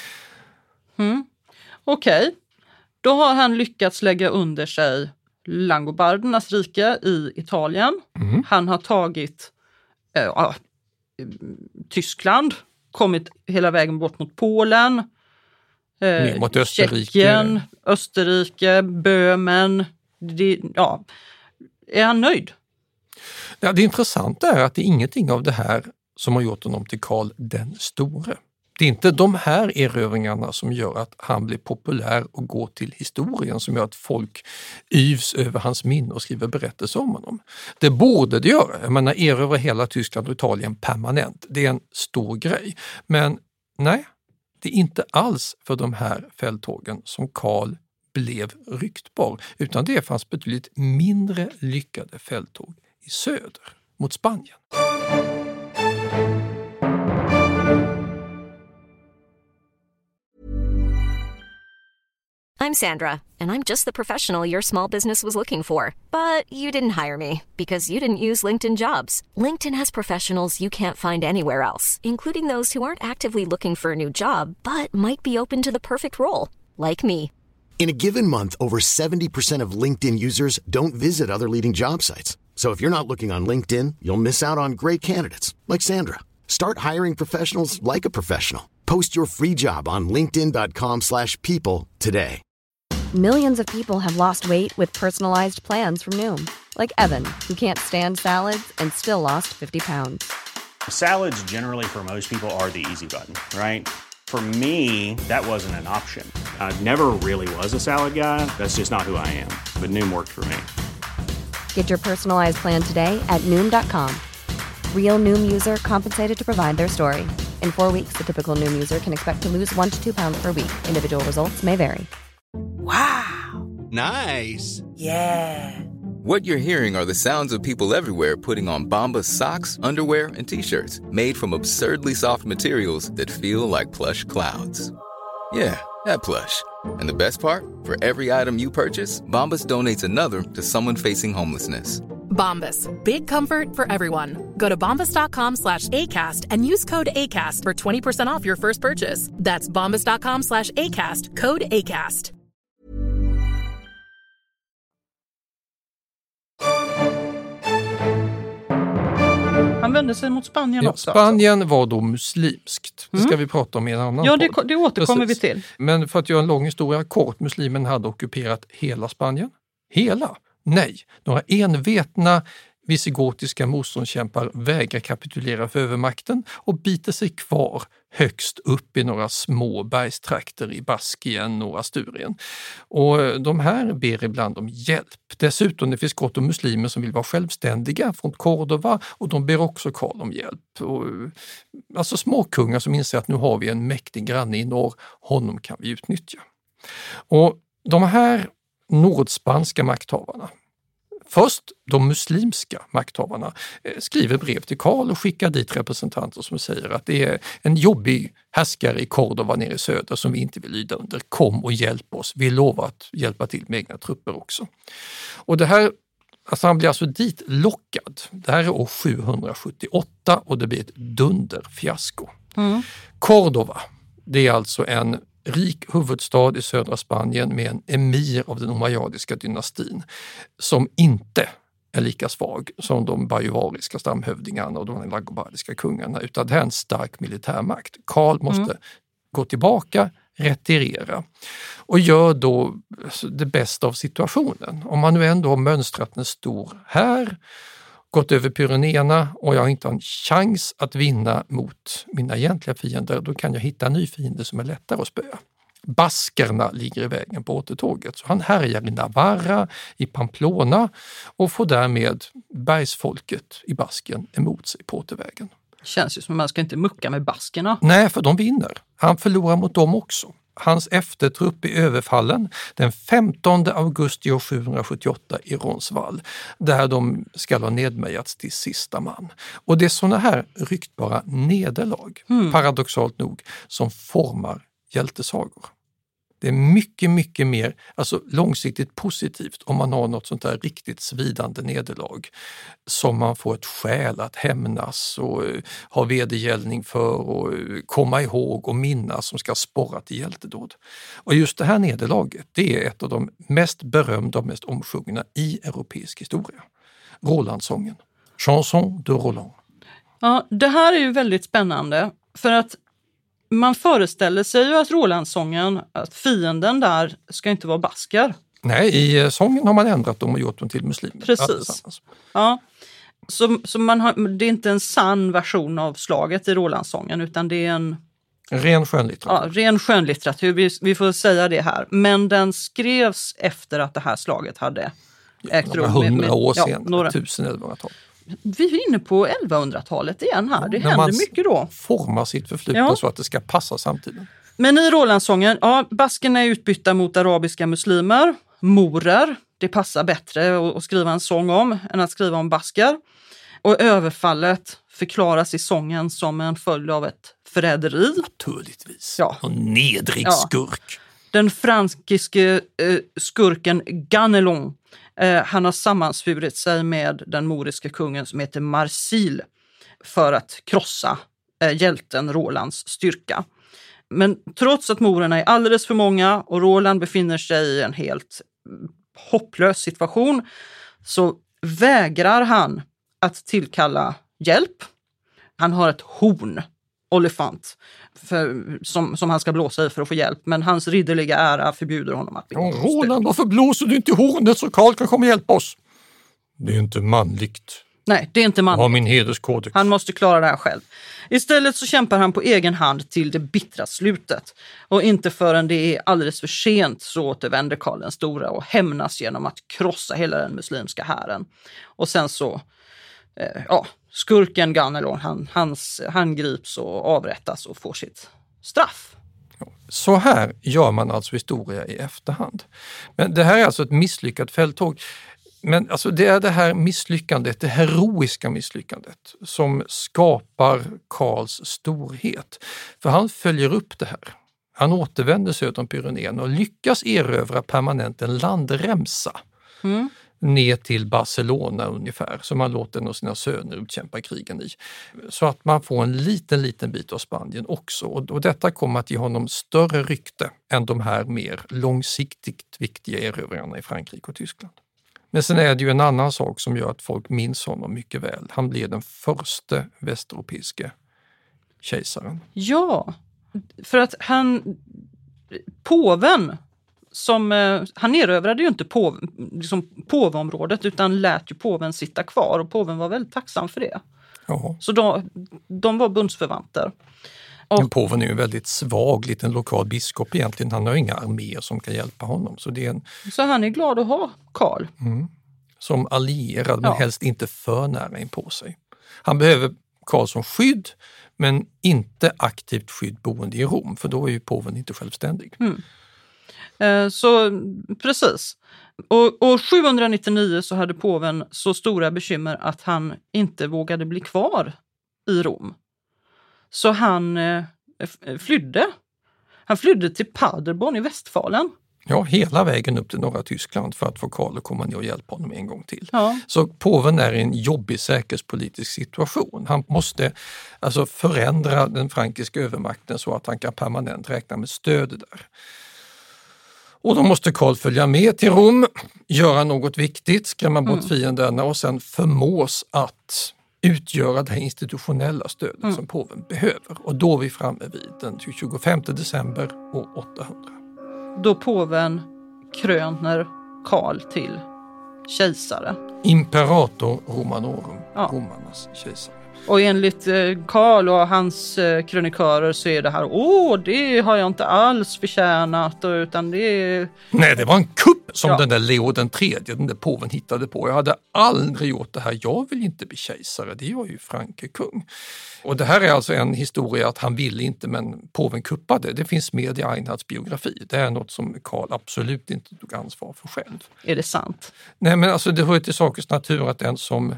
Okej. Då har han lyckats lägga under sig Langobardernas rike i Italien. Han har tagit Tyskland kommit hela vägen bort mot Polen, mot Österrike. Tjeckien, Österrike, Böhmen. Är han nöjd? Ja, det intressanta är att det är ingenting av det här som har gjort honom till Karl den store. Det är inte de här erövringarna som gör att han blir populär och går till historien, som gör att folk yvs över hans minne och skriver berättelser om honom. Det borde det göra. Jag menar, erövra hela Tyskland och Italien permanent. Det är en stor grej. Men nej, det är inte alls för de här fälttågen som Karl blev ryktbar, utan det fanns betydligt mindre lyckade fälttåg i söder mot Spanien. I'm Sandra, and I'm just the professional your small business was looking for. But you didn't hire me because you didn't use LinkedIn Jobs. LinkedIn has professionals you can't find anywhere else, including those who aren't actively looking for a new job, but might be open to the perfect role, like me. In a given month, over 70% of LinkedIn users don't visit other leading job sites. So if you're not looking on LinkedIn, you'll miss out on great candidates like Sandra. Start hiring professionals like a professional. Post your free job on linkedin.com/people today. Millions of people have lost weight with personalized plans from Noom. Like Evan, who can't stand salads and still lost 50 pounds. Salads generally for most people are the easy button, right? For me, that wasn't an option. I never really was a salad guy. That's just not who I am. But Noom worked for me. Get your personalized plan today at Noom.com. Real Noom user compensated to provide their story. In 4 weeks, the typical Noom user can expect to lose 1 to 2 pounds per week. Individual results may vary. Wow. Nice. Yeah. What you're hearing are the sounds of people everywhere putting on Bombas socks, underwear, and T-shirts made from absurdly soft materials that feel like plush clouds. Yeah, that plush. And the best part? For every item you purchase, Bombas donates another to someone facing homelessness. Bombas. Big comfort for everyone. Go to bombas.com/ACAST and use code ACAST for 20% off your first purchase. That's bombas.com/ACAST. Code ACAST. Han vände sig mot Spanien också. Spanien var då muslimskt. Det ska vi prata om i en annan podd. Det återkommer vi till. Men för att göra en lång historia kort, muslimen hade ockuperat hela Spanien. Hela? Nej. Några envetna visigotiska motståndskämpar vägrar kapitulera för övermakten och biter sig kvar högst upp i några små bergstrakter i Baskien och Asturien. Och de här ber ibland om hjälp. Dessutom det finns gott om muslimer som vill vara självständiga från Córdoba och de ber också Karl om hjälp. Och, alltså småkungar som inser att nu har vi en mäktig granne i norr, honom kan vi utnyttja. Och de här nordspanska makthavarna, först de muslimska makthavarna, skriver brev till Karl och skickar dit representanter som säger att det är en jobbig härskare i Córdoba nere i söder som vi inte vill lyda under. Kom och hjälp oss. Vi lovar att hjälpa till med egna trupper också. Och det här, alltså han blir alltså dit lockad. Det här är år 778 och det blir ett dunderfiasko. Córdoba, det är alltså en rik huvudstad i södra Spanien med en emir av den umayyadiska dynastin som inte är lika svag som de bajuvariska stamhövdingarna och de langobardiska kungarna, utan det är en stark militärmakt. Karl måste gå tillbaka, retirera och gör då det bästa av situationen. Om man nu ändå har mönstrat en stor här, gått över Pyrenéerna och jag inte har en chans att vinna mot mina egentliga fiender, då kan jag hitta en ny fiende som är lättare att spöa. Baskerna ligger i vägen på återtåget, så han härjar i Navarra, i Pamplona och får därmed bergsfolket i Baskien emot sig på återvägen. Känns ju som att man ska inte mucka med baskerna. Nej, för de vinner. Han förlorar mot dem också. Hans eftertrupp är överfallen den 15 augusti år 778 i Roncesvalles, där de ska ha nedmejats till sista man. Och det är såna här ryktbara nederlag, paradoxalt nog, som formar hjältesagor. Det är mycket, mycket mer långsiktigt positivt om man har något sånt där riktigt svidande nederlag som man får ett skäl att hämnas och ha vedergällning för och komma ihåg och minnas, som ska sporra till hjältedåd. Och just det här nederlaget, det är ett av de mest berömda och mest omsjungna i europeisk historia. Rolandsången. Chanson de Roland. Ja, det här är ju väldigt spännande för att man föreställer sig ju att Rolandssången, att fienden där ska inte vara basker. Nej, i sången har man ändrat dem och gjort dem till muslimer. Precis. Ja. Så det är inte en sann version av slaget i Rolandssången, utan det är en ren skönlitteratur. Ja, ren skönlitteratur, vi får säga det här. Men den skrevs efter att det här slaget hade ägt rum. 100 år senare, 1100-tal. Vi är inne på 1100-talet igen här, det händer mycket då. Formar sitt förflutna så att det ska passa samtiden. Men i Rolandssången, baskerna är utbytta mot arabiska muslimer, morer. Det passar bättre att skriva en sång om än att skriva om basker. Och överfallet förklaras i sången som en följd av ett förräderi. Naturligtvis. En nedrig skurk. Den frankiske skurken Ganelon, han har sammansvurit sig med den moriska kungen som heter Marsil för att krossa hjälten Rolands styrka. Men trots att morerna är alldeles för många och Roland befinner sig i en helt hopplös situation, så vägrar han att tillkalla hjälp. Han har ett horn, olifant, som han ska blåsa i för att få hjälp, men hans ridderliga ära förbjuder honom att bli Roland, varför blåser du inte i hornet så Karl kan komma och hjälpa oss? Det är inte manligt. Nej, det är inte manligt. Jag har min hederskodex. Han måste klara det här själv. Istället så kämpar han på egen hand till det bittra slutet. Och inte förrän det är alldeles för sent så återvänder Karl den stora och hämnas genom att krossa hela den muslimska hären. Och sen så, skurken Ganelon, han grips och avrättas och får sitt straff. Så här gör man alltså historia i efterhand. Men det här är alltså ett misslyckat fälttåg. Men alltså det är det här misslyckandet, det heroiska misslyckandet som skapar Karls storhet. För han följer upp det här. Han återvänder söder om Pyrenén och lyckas erövra permanent en landremsa ner till Barcelona ungefär, som han låter en av sina söner utkämpa krigen i. Så att man får en liten bit av Spanien också. Och detta kommer att ge honom större rykte än de här mer långsiktigt viktiga erövringarna i Frankrike och Tyskland. Men sen är det ju en annan sak som gör att folk minns honom mycket väl. Han blev den första västeuropeiska kejsaren. Ja, för att påven, han erövrade ju inte påveområdet utan lät ju påven sitta kvar och påven var väldigt tacksam för det. Jaha. Så de var bundsförvanter. Men påven är ju en väldigt svag liten lokal biskop egentligen. Han har inga arméer som kan hjälpa honom. Så han är glad att ha Karl. Som allierad, men helst inte för nära in på sig. Han behöver Karl som skydd, men inte aktivt skydd boende i Rom. För då är ju påven inte självständig. Så precis. Och 799 så hade påven så stora bekymmer att han inte vågade bli kvar i Rom. Så han flydde. Han flydde till Paderborn i Westfalen. Ja, hela vägen upp till norra Tyskland för att få Karl att komma ner och hjälpa honom en gång till. Ja. Så påven är i en jobbig säkerhetspolitisk situation. Han måste alltså förändra den frankiska övermakten så att han kan permanent räkna med stöd där. Och då måste Karl följa med till Rom, göra något viktigt, skrämma bort fienderna och sen förmås att utgöra det här institutionella stödet som påven behöver. Och då är vi framme vid den 25 december år 800. Då påven kröner Karl till kejsare. Imperator Romanorum, romarnas kejsare. Och enligt Karl och hans krönikörer så är det här, det har jag inte alls förtjänat, utan det är... Nej, det var en kupp som den där Leo den tredje, den där påven hittade på. Jag hade aldrig gjort det här, jag vill inte bli kejsare, det är jag ju Frankrike-kung. Och det här är alltså en historia att han ville inte, men påven kuppade. Det finns med i Einhards biografi. Det är något som Karl absolut inte tog ansvar för själv. Är det sant? Nej, men alltså det hör till sakens natur att den som...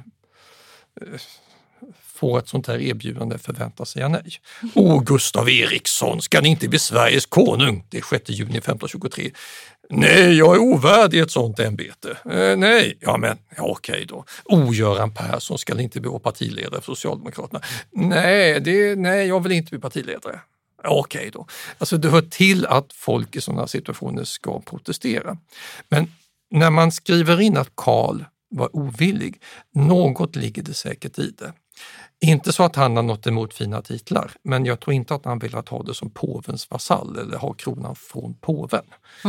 får ett sånt här erbjudande förväntar sig nej. Gustav Eriksson, ska ni inte bli Sveriges konung? Det är 6 juni 1523. Nej, jag är ovärdig ett sånt ämbete. Nej, okej då. Göran Persson, ska ni inte bli partiledare för Socialdemokraterna? Nej, jag vill inte bli partiledare. Okej då. Alltså det hör till att folk i sådana situationer ska protestera. Men när man skriver in att Karl var ovillig. Något ligger det säkert i det. Inte så att han har något emot fina titlar, men jag tror inte att han vill ha det som påvens vasall eller ha kronan från påven.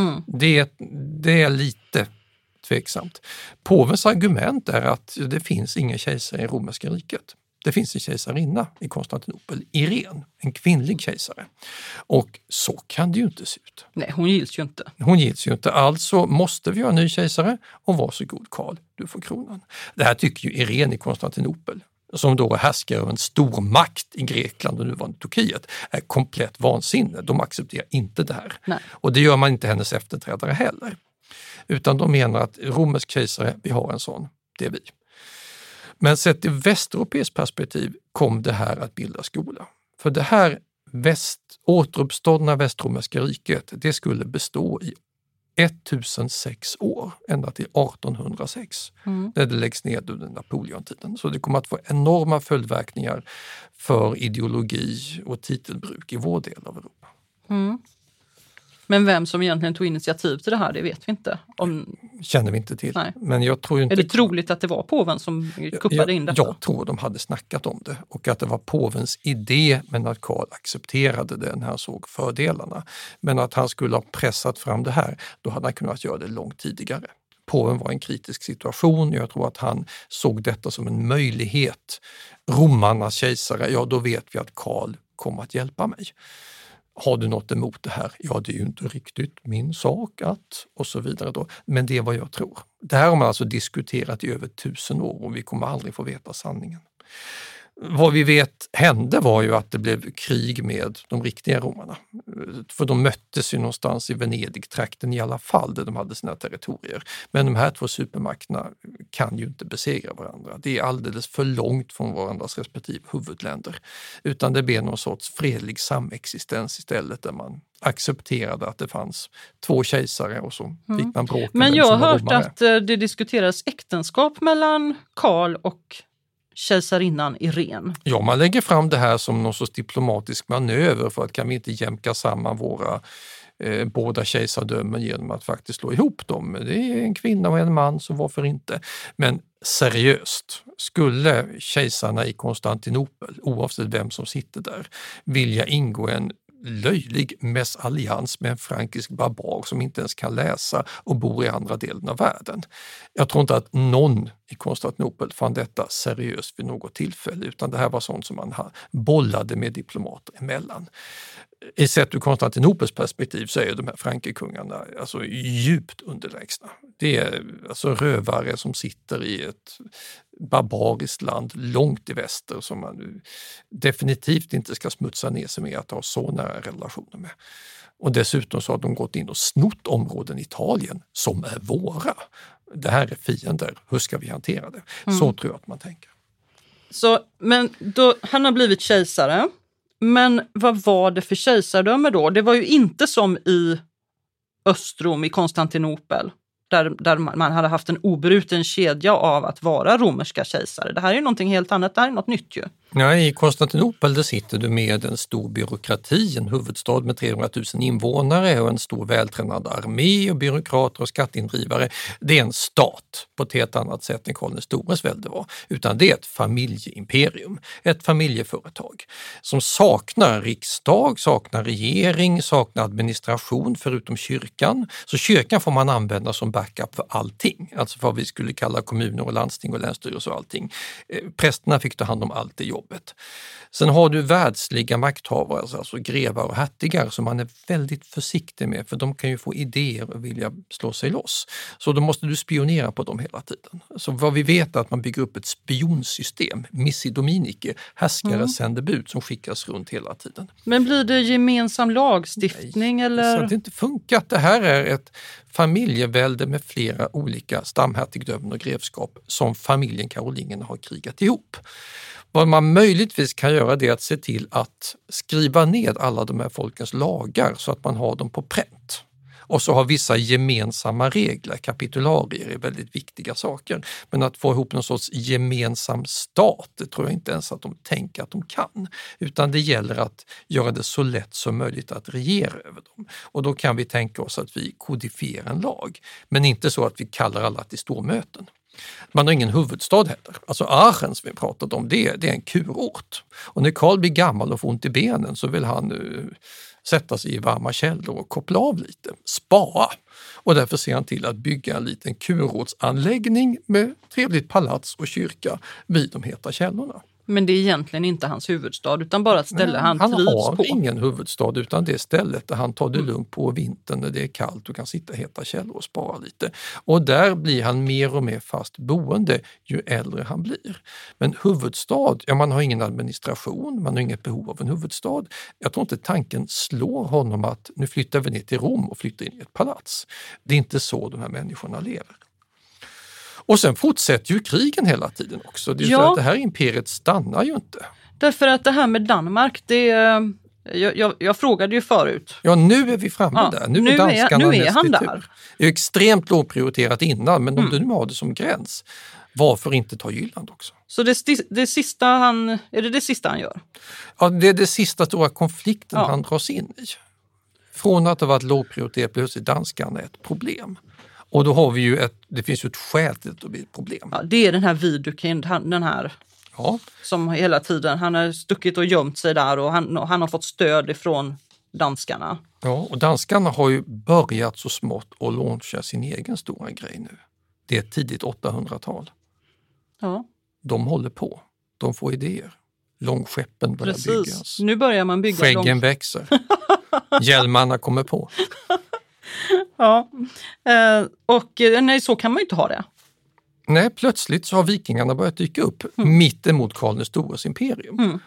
Det är lite tveksamt. Påvens argument är att det finns ingen kejsare i romerska riket. Det finns en kejsarinna i Konstantinopel, Irene, en kvinnlig kejsare. Och så kan det ju inte se ut. Nej, hon gills ju inte. Hon gills ju inte. Alltså måste vi ha en ny kejsare och varsågod Karl, du får kronan. Det här tycker ju Irene i Konstantinopel, som då härskar över en stor makt i Grekland och nuvarande Turkiet, är komplett vansinne. De accepterar inte det här. Nej. Och det gör man inte hennes efterträdare heller. Utan de menar att romersk kejsare, vi har en sån, det är vi. Men sett i västeuropeiskt perspektiv kom det här att bilda skola. För det här återuppstådda västromerska riket, det skulle bestå i 1006 år, ända till 1806, när det läggs ned under Napoleontiden. Så det kommer att få enorma följdverkningar för ideologi och titelbruk i vår del av Europa. Men vem som egentligen tog initiativ till det här, det vet vi inte. Känner vi inte till. Nej. Men jag tror inte... Är det troligt att det var påven som kuppade in detta? Jag tror de hade snackat om det och att det var påvens idé, men att Karl accepterade det när han såg fördelarna. Men att han skulle ha pressat fram det här, då hade han kunnat göra det långt tidigare. Påven var i en kritisk situation. Jag tror att han såg detta som en möjlighet. Romarnas kejsare, ja då vet vi att Karl kommer att hjälpa mig. Har du något emot det här? Ja, det är ju inte riktigt min sak att, och så vidare då. Men det är vad jag tror. Det här har man alltså diskuterat i över 1000 år och vi kommer aldrig få veta sanningen. Vad vi vet hände var ju att det blev krig med de riktiga romarna. För de möttes ju någonstans i Venedig-trakten i alla fall, där de hade sina territorier. Men de här två supermakterna kan ju inte besegra varandra. Det är alldeles för långt från varandras respektive huvudländer. Utan det blir någon sorts fredlig samexistens istället, där man accepterade att det fanns två kejsare och så fick man bråka. Men jag har hört att det diskuteras äktenskap mellan Karl och kejsarinnan Irene. Ja, man lägger fram det här som någon sorts diplomatisk manöver för att kan vi inte jämka samman våra båda kejsardömen genom att faktiskt slå ihop dem. Det är en kvinna och en man, så varför inte? Men seriöst, skulle kejsarna i Konstantinopel, oavsett vem som sitter där, vilja ingå en löjlig messallians med en frankisk barbar som inte ens kan läsa och bor i andra delen av världen. Jag tror inte att någon i Konstantinopel fann detta seriöst vid något tillfälle, utan det här var sånt som man bollade med diplomater emellan. I sett ur Konstantinopels perspektiv så är de här frankekungarna alltså djupt underlägsna. Det är alltså rövare som sitter i ett barbariskt land långt i väster som man definitivt inte ska smutsa ner sig med att ha så nära relationer med. Och dessutom så har de gått in och snott områden i Italien som är våra. Det här är fiender, hur ska vi hantera det? Så tror jag att man tänker. Så, men då, han har blivit kejsare. Men vad var det för kejsardöme då? Det var ju inte som i Östrom, i Konstantinopel, där man hade haft en obruten kedja av att vara romerska kejsare. Det här är ju någonting helt annat, det här är något nytt ju. Nej, i Konstantinopel där sitter du med en stor byråkrati, en huvudstad med 300 000 invånare och en stor vältränad armé och byråkrater och skatteindrivare. Det är en stat på ett helt annat sätt än Karl den stores välde var, utan det är ett familjeimperium, ett familjeföretag som saknar riksdag, saknar regering, saknar administration förutom kyrkan. Så kyrkan får man använda som backup för allting, alltså vad vi skulle kalla kommuner och landsting och länsstyrelser och allting. Prästerna fick ta hand om allt det jobbet. Sen har du världsliga makthavare, alltså grevar och hertigar som man är väldigt försiktig med, för de kan ju få idéer och vilja slå sig loss. Så då måste du spionera på dem hela tiden. Så vad vi vet är att man bygger upp ett spionsystem, missi dominici, härskare sändebud som skickas runt hela tiden. Men blir det gemensam lagstiftning? Nej, eller? Så att det inte funkar. Det här är ett familjevälde med flera olika stamhertigdömen och grevskap som familjen Karolingerna har krigat ihop. Vad man möjligtvis kan göra det är att se till att skriva ned alla de här folkens lagar så att man har dem på pränt. Och så har vissa gemensamma regler, kapitularier är väldigt viktiga saker. Men att få ihop någon sorts gemensam stat, det tror jag inte ens att de tänker att de kan. Utan det gäller att göra det så lätt som möjligt att regera över dem. Och då kan vi tänka oss att vi kodifierar en lag. Men inte så att vi kallar alla till stormöten. Man har ingen huvudstad heller. Alltså Aachen som vi pratat om, det är en kurort. Och när Karl blir gammal och får ont i benen så vill han sätta sig i varma källor och koppla av lite, spara. Och därför ser han till att bygga en liten kurortsanläggning med trevligt palats och kyrka vid de heta källorna. Men det är egentligen inte hans huvudstad utan bara ett ställe han trivs på. Han har ingen huvudstad utan det är stället där han tar det lugnt på vintern när det är kallt och kan sitta i heta källor och spara lite. Och där blir han mer och mer fast boende ju äldre han blir. Men huvudstad, ja, man har ingen administration, man har inget behov av en huvudstad. Jag tror inte tanken slår honom att nu flyttar vi ner till Rom och flyttar in i ett palats. Det är inte så de här människorna lever. Och sen fortsätter ju krigen hela tiden också. Det är så att det här imperiet stannar ju inte. Därför att det här med Danmark, jag frågade ju förut. Ja, nu är vi framme där. Nu är danskarna nu är han där. Det är extremt lågprioriterat innan, men om du nu har det som gräns, varför inte ta Jylland också? Så det sista han gör? Ja, det är det sista stora konflikten han dras in i. Från att det varit lågprioriterat plötsligt danskarna är ett problem. Och då har vi ju det finns ju ett skäl till att det blir ett problem. Ja, det är den här Widukind, den här som hela tiden, han har stuckit och gömt sig där och han har fått stöd ifrån danskarna. Ja, och danskarna har ju börjat så smått att launcha sin egen stora grej nu. Det är tidigt 800-tal. Ja. De håller på, de får idéer. Långskeppen börjar byggas. Nu börjar man bygga. Skäggen växer. Hjälmarna kommer på. Ja, och nej, så kan man ju inte ha det. Nej, plötsligt så har vikingarna börjat dyka upp mitt emot Karl den stores imperium. Mm.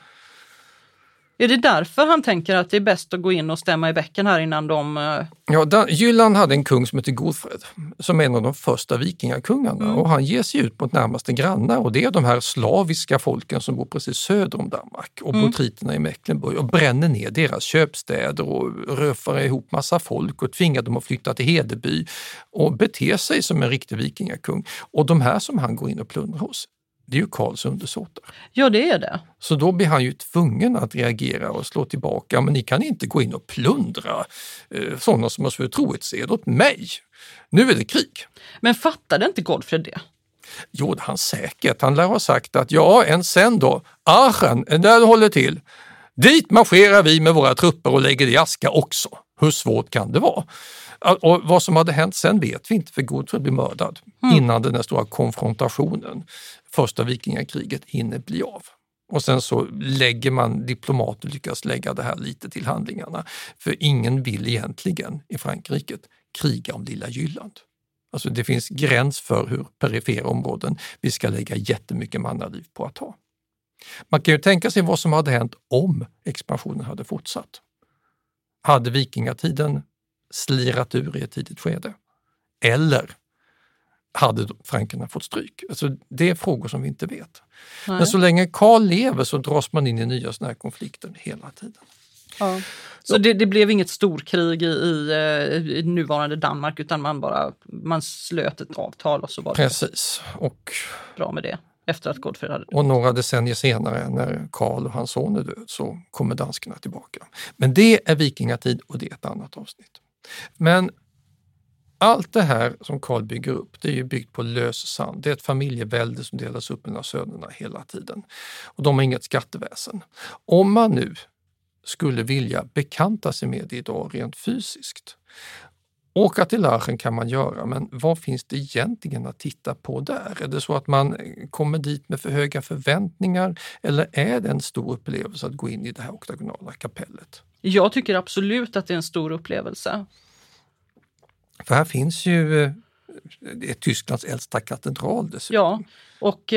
Är det därför han tänker att det är bäst att gå in och stämma i bäcken här innan de... Ja, Jylland hade en kung som heter Godfred, som är en av de första vikingakungarna. Och han ger sig ut mot närmaste grannar och det är de här slaviska folken som bor precis söder om Danmark och botriterna i Mecklenburg och bränner ner deras köpstäder och röfar ihop massa folk och tvingar dem att flytta till Hedeby och beter sig som en riktig vikingakung. Och de här som han går in och plundrar hos, det är ju Karls undersåtar. Ja, det är det. Så då blir han ju tvungen att reagera och slå tillbaka. Men ni kan inte gå in och plundra sådana som har trohetsed åt mig. Nu är det krig. Men fattade inte Godfred det? Jo, det han säkert. Han lär ha sagt att än sen då, Aachen, där du håller till. Dit marscherar vi med våra trupper och lägger det i aska också. Hur svårt kan det vara? Och vad som hade hänt sen vet vi inte, för Godfred blir mördad innan den här stora konfrontationen, första vikingakriget, hinner bli av. Och sen så lägger man diplomater lyckas lägga det här lite till handlingarna. För ingen vill egentligen i Frankrike kriga om lilla Jylland. Alltså det finns gräns för hur perifera områden vi ska lägga jättemycket mannaliv på att ha. Man kan ju tänka sig vad som hade hänt om expansionen hade fortsatt. Hade vikingatiden slirat ur i ett tidigt skede? Eller hade frankerna fått stryk? Alltså, det är frågor som vi inte vet. Nej. Men så länge Karl lever så dras man in i nya såna här konflikter hela tiden. Ja. Så det blev inget storkrig i nuvarande Danmark utan man slöt ett avtal och så var det. Precis. Och bra med det. Efter att Godfred hade dött. Och några decennier senare när Karl och hans son är död så kommer danskarna tillbaka. Men det är vikingatid och det är ett annat avsnitt. Men allt det här som Karl bygger upp, det är ju byggt på lös sand. Det är ett familjevälde som delas upp mellan sönerna hela tiden. Och de har inget skatteväsen. Om man nu skulle vilja bekanta sig med det idag rent fysiskt. Åka till Aachen kan man göra, men vad finns det egentligen att titta på där? Är det så att man kommer dit med för höga förväntningar eller är det en stor upplevelse att gå in i det här oktagonala kapellet? Jag tycker absolut att det är en stor upplevelse. För här finns ju Tysklands äldsta katedral dessutom. Ja, och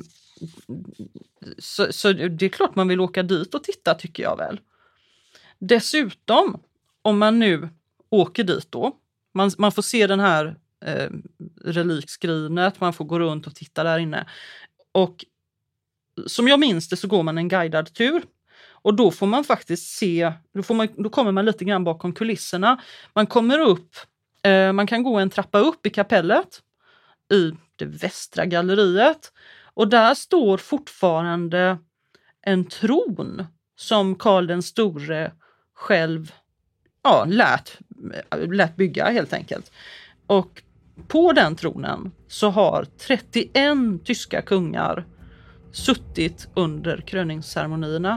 så det är klart man vill åka dit och titta tycker jag väl. Dessutom, om man nu åker dit då, man får se den här relikskrinet, man får gå runt och titta där inne. Och som jag minns det så går man en guidad tur. Och då får man faktiskt se, då kommer man lite grann bakom kulisserna. Man kommer upp Man kan gå en trappa upp i kapellet i det västra galleriet och där står fortfarande en tron som Karl den store själv lät bygga helt enkelt. Och på den tronen så har 31 tyska kungar suttit under kröningsceremonierna.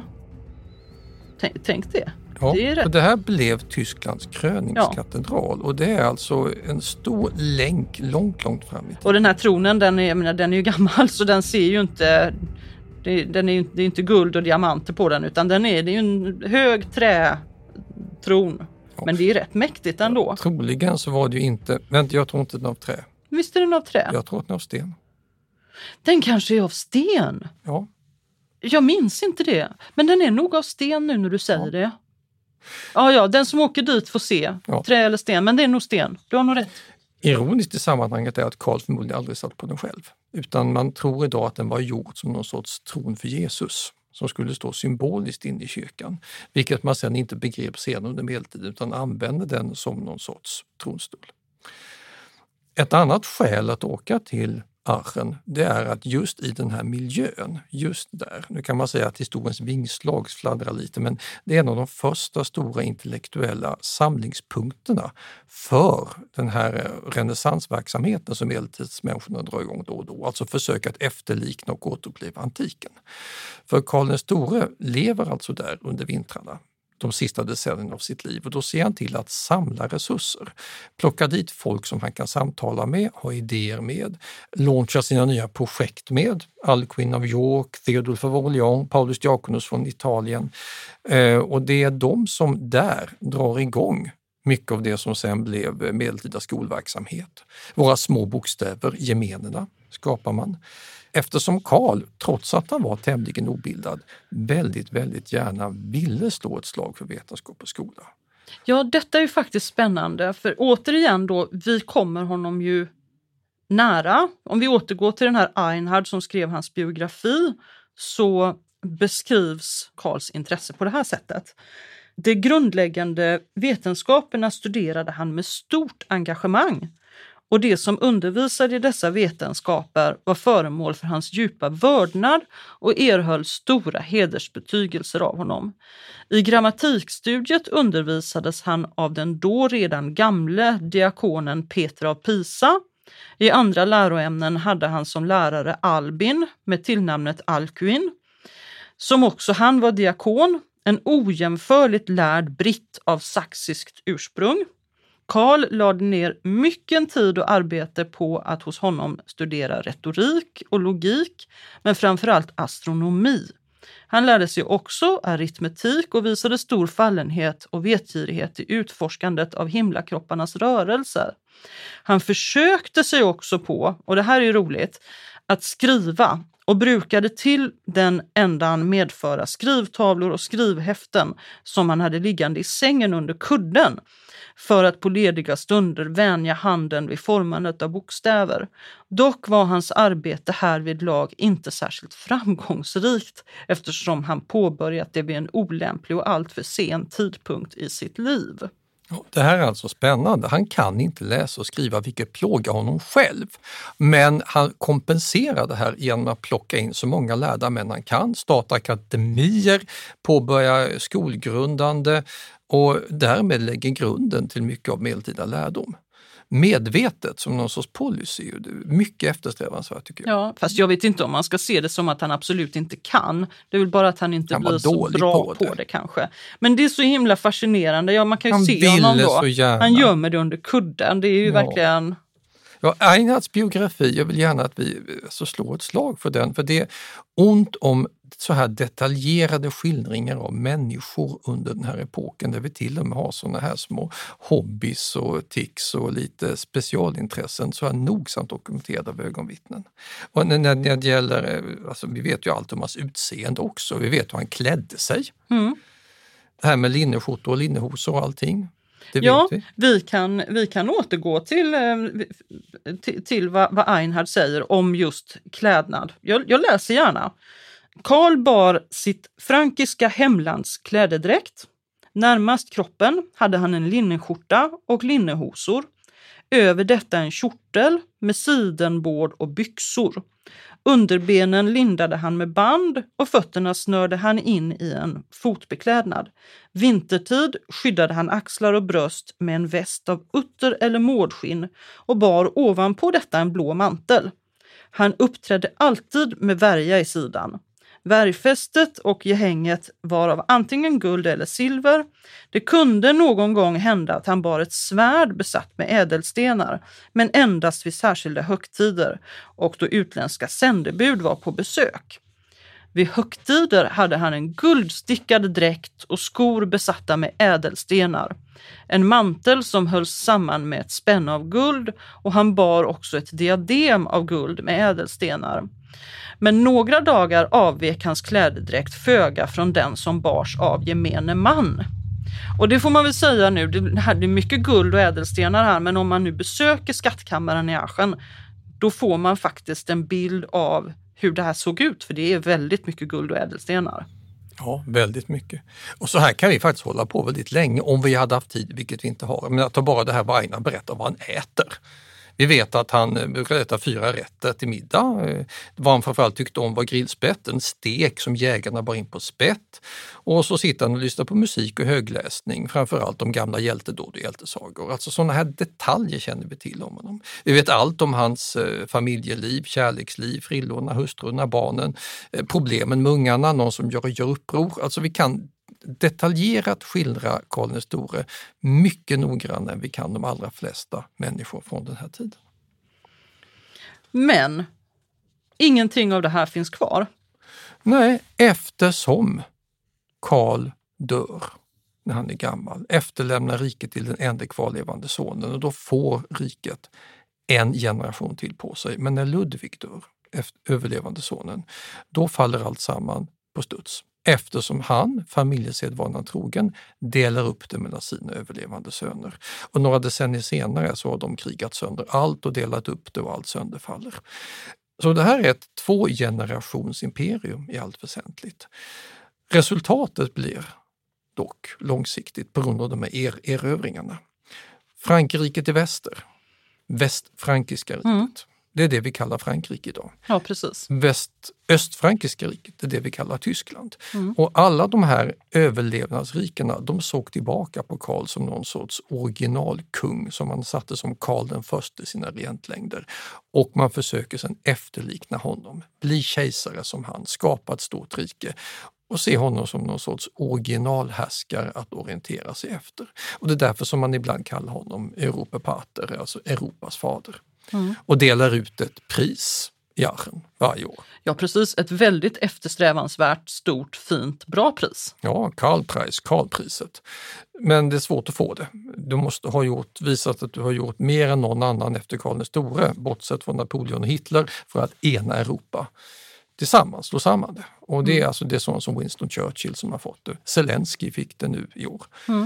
Tänk det. Ja, det är rätt. Och det här blev Tysklands kröningskatedral och det är alltså en stor länk långt fram i tiden. Och den här tronen, den är ju gammal så den ser ju inte, det är inte guld och diamanter på den utan det är ju en hög trätron. Ja. Men det är rätt mäktigt ändå. Ja, troligen så var det ju inte, jag tror inte den av trä. Visst är den av trä? Jag tror att den är av sten. Den kanske är av sten? Ja. Jag minns inte det. Men den är nog av sten nu när du säger det. Ja, den som åker dit får se. Ja. Trä eller sten, men det är nog sten. Du har nog rätt. Ironiskt i sammanhanget är att Karl förmodligen aldrig satt på den själv. Utan man tror idag att den var gjord som någon sorts tron för Jesus. Som skulle stå symboliskt in i kyrkan. Vilket man sen inte begrep senare under medeltiden utan använde den som någon sorts tronstol. Ett annat skäl att åka till Aachen, det är att just i den här miljön, just där, nu kan man säga att historiens vingslag fladdrar lite, men det är en av de första stora intellektuella samlingspunkterna för den här renässansverksamheten som medeltidsmänniskorna drar igång då och då, alltså försöka att efterlikna och återuppleva antiken. För Karl den store lever alltså där under vintrarna. De sista decennierna av sitt liv och då ser han till att samla resurser. Plocka dit folk som han kan samtala med, ha idéer med, launcha sina nya projekt med. Alcuin av York, Theodulf av Orléans, Paulus Diakonus från Italien. Och det är de som där drar igång mycket av det som sen blev medeltida skolverksamhet. Våra små bokstäver, gemenerna, skapar man. Eftersom Karl, trots att han var tämligen obildad, väldigt gärna ville slå ett slag för vetenskap och skola. Ja, detta är ju faktiskt spännande. För återigen då, vi kommer honom ju nära. Om vi återgår till den här Einhard som skrev hans biografi så beskrivs Karls intresse på det här sättet. De grundläggande vetenskaperna studerade han med stort engagemang. Och det som undervisade i dessa vetenskaper var föremål för hans djupa vördnad och erhöll stora hedersbetygelser av honom. I grammatikstudiet undervisades han av den då redan gamle diakonen Peter av Pisa. I andra läroämnen hade han som lärare Albin med tillnamnet Alcuin, som också han var diakon, en ojämförligt lärd britt av saxiskt ursprung. Karl lade ner mycket tid och arbete på att hos honom studera retorik och logik, men framförallt astronomi. Han lärde sig också aritmetik och visade stor fallenhet och vetgirighet i utforskandet av himlakropparnas rörelser. Han försökte sig också på, och det här är ju roligt, att skriva och brukade till den ändan medföra skrivtavlor och skrivhäften som han hade liggande i sängen under kudden för att på lediga stunder vänja handen vid formandet av bokstäver. Dock var hans arbete härvidlag inte särskilt framgångsrikt eftersom han påbörjat det vid en olämplig och alltför sen tidpunkt i sitt liv. Det här är alltså spännande. Han kan inte läsa och skriva, vilket plågar honom själv. Men han kompenserar det här genom att plocka in så många lärda män han kan, starta akademier, påbörja skolgrundande och därmed lägger grunden till mycket av medeltida lärdom. Medvetet som någon sorts policy, mycket eftersträvansvärt tycker jag. Ja, fast jag vet inte om man ska se det som att han absolut inte kan. Det är väl bara att han inte blir så bra på det kanske. Men det är så himla fascinerande. Ja, man kan ju se honom då. Han gömmer det under kudden. Det är ju verkligen... Ja, Einhards biografi, jag vill gärna att vi slår ett slag för den. För det är ont om så här detaljerade skildringar av människor under den här epoken där vi till och med har såna här små hobbys och tics och lite specialintressen så här nogsamt dokumenterade av ögonvittnen. Och när det gäller, alltså vi vet ju allt om hans utseende också, vi vet hur han klädde sig. Mm. Det här med linneskjortor och linnehosor och allting. Ja, vi kan återgå till vad Einhard säger om just klädnad. Jag läser gärna. Karl bar sitt frankiska hemlands klädedräkt. Närmast kroppen hade han en linneskjorta och linnehosor. Över detta en kjortel med sidenbord och byxor. Underbenen lindade han med band och fötterna snörde han in i en fotbeklädnad. Vintertid skyddade han axlar och bröst med en väst av utter eller mårdskinn och bar ovanpå detta en blå mantel. Han uppträdde alltid med värja i sidan. Värjfästet och gehänget var av antingen guld eller silver. Det kunde någon gång hända att han bar ett svärd besatt med ädelstenar, men endast vid särskilda högtider och då utländska sändebud var på besök. Vid högtider hade han en guldstickad dräkt och skor besatta med ädelstenar. En mantel som hölls samman med ett spänne av guld, och han bar också ett diadem av guld med ädelstenar. Men några dagar avvek hans klädedräkt föga från den som bars av gemene man. Och det får man väl säga nu, det hade mycket guld och ädelstenar här, men om man nu besöker skattkammaren i Aachen, då får man faktiskt en bild av hur det här såg ut, för det är väldigt mycket guld och ädelstenar. Ja, väldigt mycket. Och så här kan vi faktiskt hålla på väldigt länge om vi hade haft tid, vilket vi inte har. Men jag tar bara det här vad Einar berättar vad han äter. Vi vet att han brukar äta 4 rätter till middag. Vad han framförallt tyckte om var grillspett, en stek som jägarna bar in på spett. Och så sitter han och lyssnar på musik och högläsning, framförallt om gamla hjältedåd och hjältesagor. Alltså sådana här detaljer känner vi till om honom. Vi vet allt om hans familjeliv, kärleksliv, frillorna, hustrurna, barnen, problemen med ungarna, någon som gör uppror. Alltså vi kan detaljerat skildra Karl den store mycket noggrannare än vi kan de allra flesta människor från den här tiden. Men ingenting av det här finns kvar. Nej, eftersom Karl dör när han är gammal, efterlämnar riket till den enda kvarlevande sonen, och då får riket en generation till på sig. Men när Ludvig dör, överlevande sonen, då faller allt samman på studs. Eftersom han, familjesedvanan trogen, delar upp det mellan sina överlevande söner. Och några decennier senare så har de krigat sönder allt och delat upp det, och allt sönderfaller. Så det här är ett 2-generationsimperium i allt väsentligt. Resultatet blir dock långsiktigt på grund av de här erövringarna. Frankrike i väster, västfrankiska riket. Det är det vi kallar Frankrike idag. Ja, precis. Östfrankiska riket, det är det vi kallar Tyskland. Och alla de här överlevnadsrikena, de såg tillbaka på Karl som någon sorts originalkung som man satte som Karl den första i sina regentlängder. Och man försöker sedan efterlikna honom, bli kejsare som han, skapa ett stort rike och se honom som någon sorts originalhärskare att orientera sig efter. Och det är därför som man ibland kallar honom Europa Pater, alltså Europas fader. Och delar ut ett pris i Aachen varje år. Ja, precis. Ett väldigt eftersträvansvärt, stort, fint, bra pris. Ja, Karlpriset. Men det är svårt att få det. Du måste ha visat att du har gjort mer än någon annan efter Karl den store, bortsett från Napoleon och Hitler, för att ena Europa tillsammans, slå samman det. Och det är alltså det sånt som Winston Churchill som har fått det. Zelensky fick det nu i år.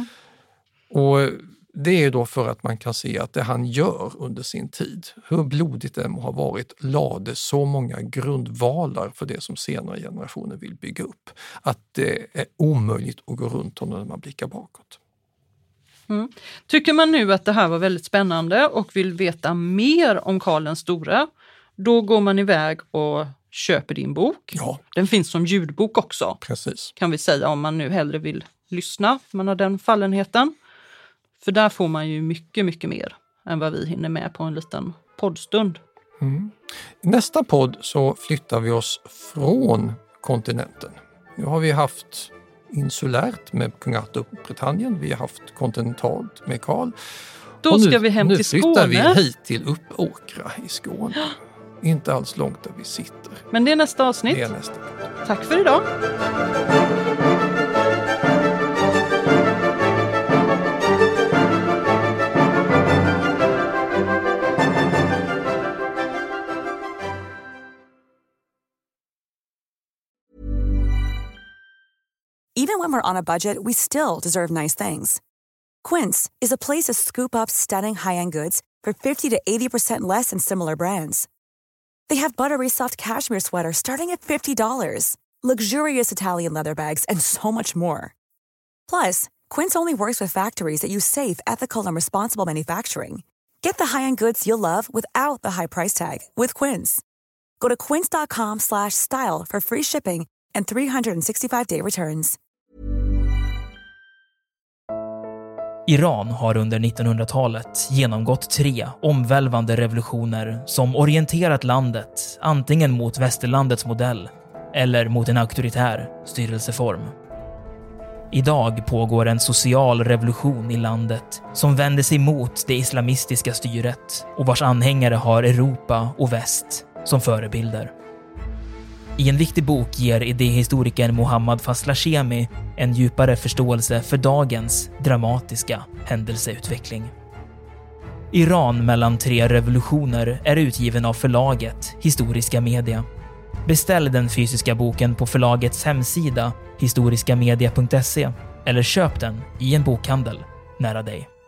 Och det är då för att man kan se att det han gör under sin tid, hur blodigt det har varit, lade så många grundvalar för det som senare generationer vill bygga upp. Att det är omöjligt att gå runt honom när man blickar bakåt. Tycker man nu att det här var väldigt spännande och vill veta mer om Karl den store, då går man iväg och köper din bok. Ja. Den finns som ljudbok också. Precis. Kan vi säga, om man nu hellre vill lyssna, man har den fallenheten. För där får man ju mycket, mycket mer än vad vi hinner med på en liten poddstund. I nästa podd så flyttar vi oss från kontinenten. Nu har vi haft insulärt med kung Arthur Britannien, vi har haft kontinentalt med Karl. Då ska vi hem till Skåne. Nu flyttar vi hit till Uppåkra i Skåne. Inte alls långt där vi sitter. Men det är nästa avsnitt. Det är nästa. Tack för idag. Even when we're on a budget, we still deserve nice things. Quince is a place to scoop up stunning high-end goods for 50 to 80% less than similar brands. They have buttery soft cashmere sweaters starting at $50, luxurious Italian leather bags, and so much more. Plus, Quince only works with factories that use safe, ethical, and responsible manufacturing. Get the high-end goods you'll love without the high price tag with Quince. Go to quince.com/style for free shipping and 365-day returns. Iran har under 1900-talet genomgått 3 omvälvande revolutioner som orienterat landet antingen mot västerlandets modell eller mot en auktoritär styrelseform. Idag pågår en social revolution i landet som vänder sig mot det islamistiska styret och vars anhängare har Europa och väst som förebilder. I en viktig bok ger idéhistorikern Mohammad Faslashemi en djupare förståelse för dagens dramatiska händelseutveckling. Iran mellan 3 revolutioner är utgiven av förlaget Historiska Media. Beställ den fysiska boken på förlagets hemsida historiskamedia.se eller köp den i en bokhandel nära dig.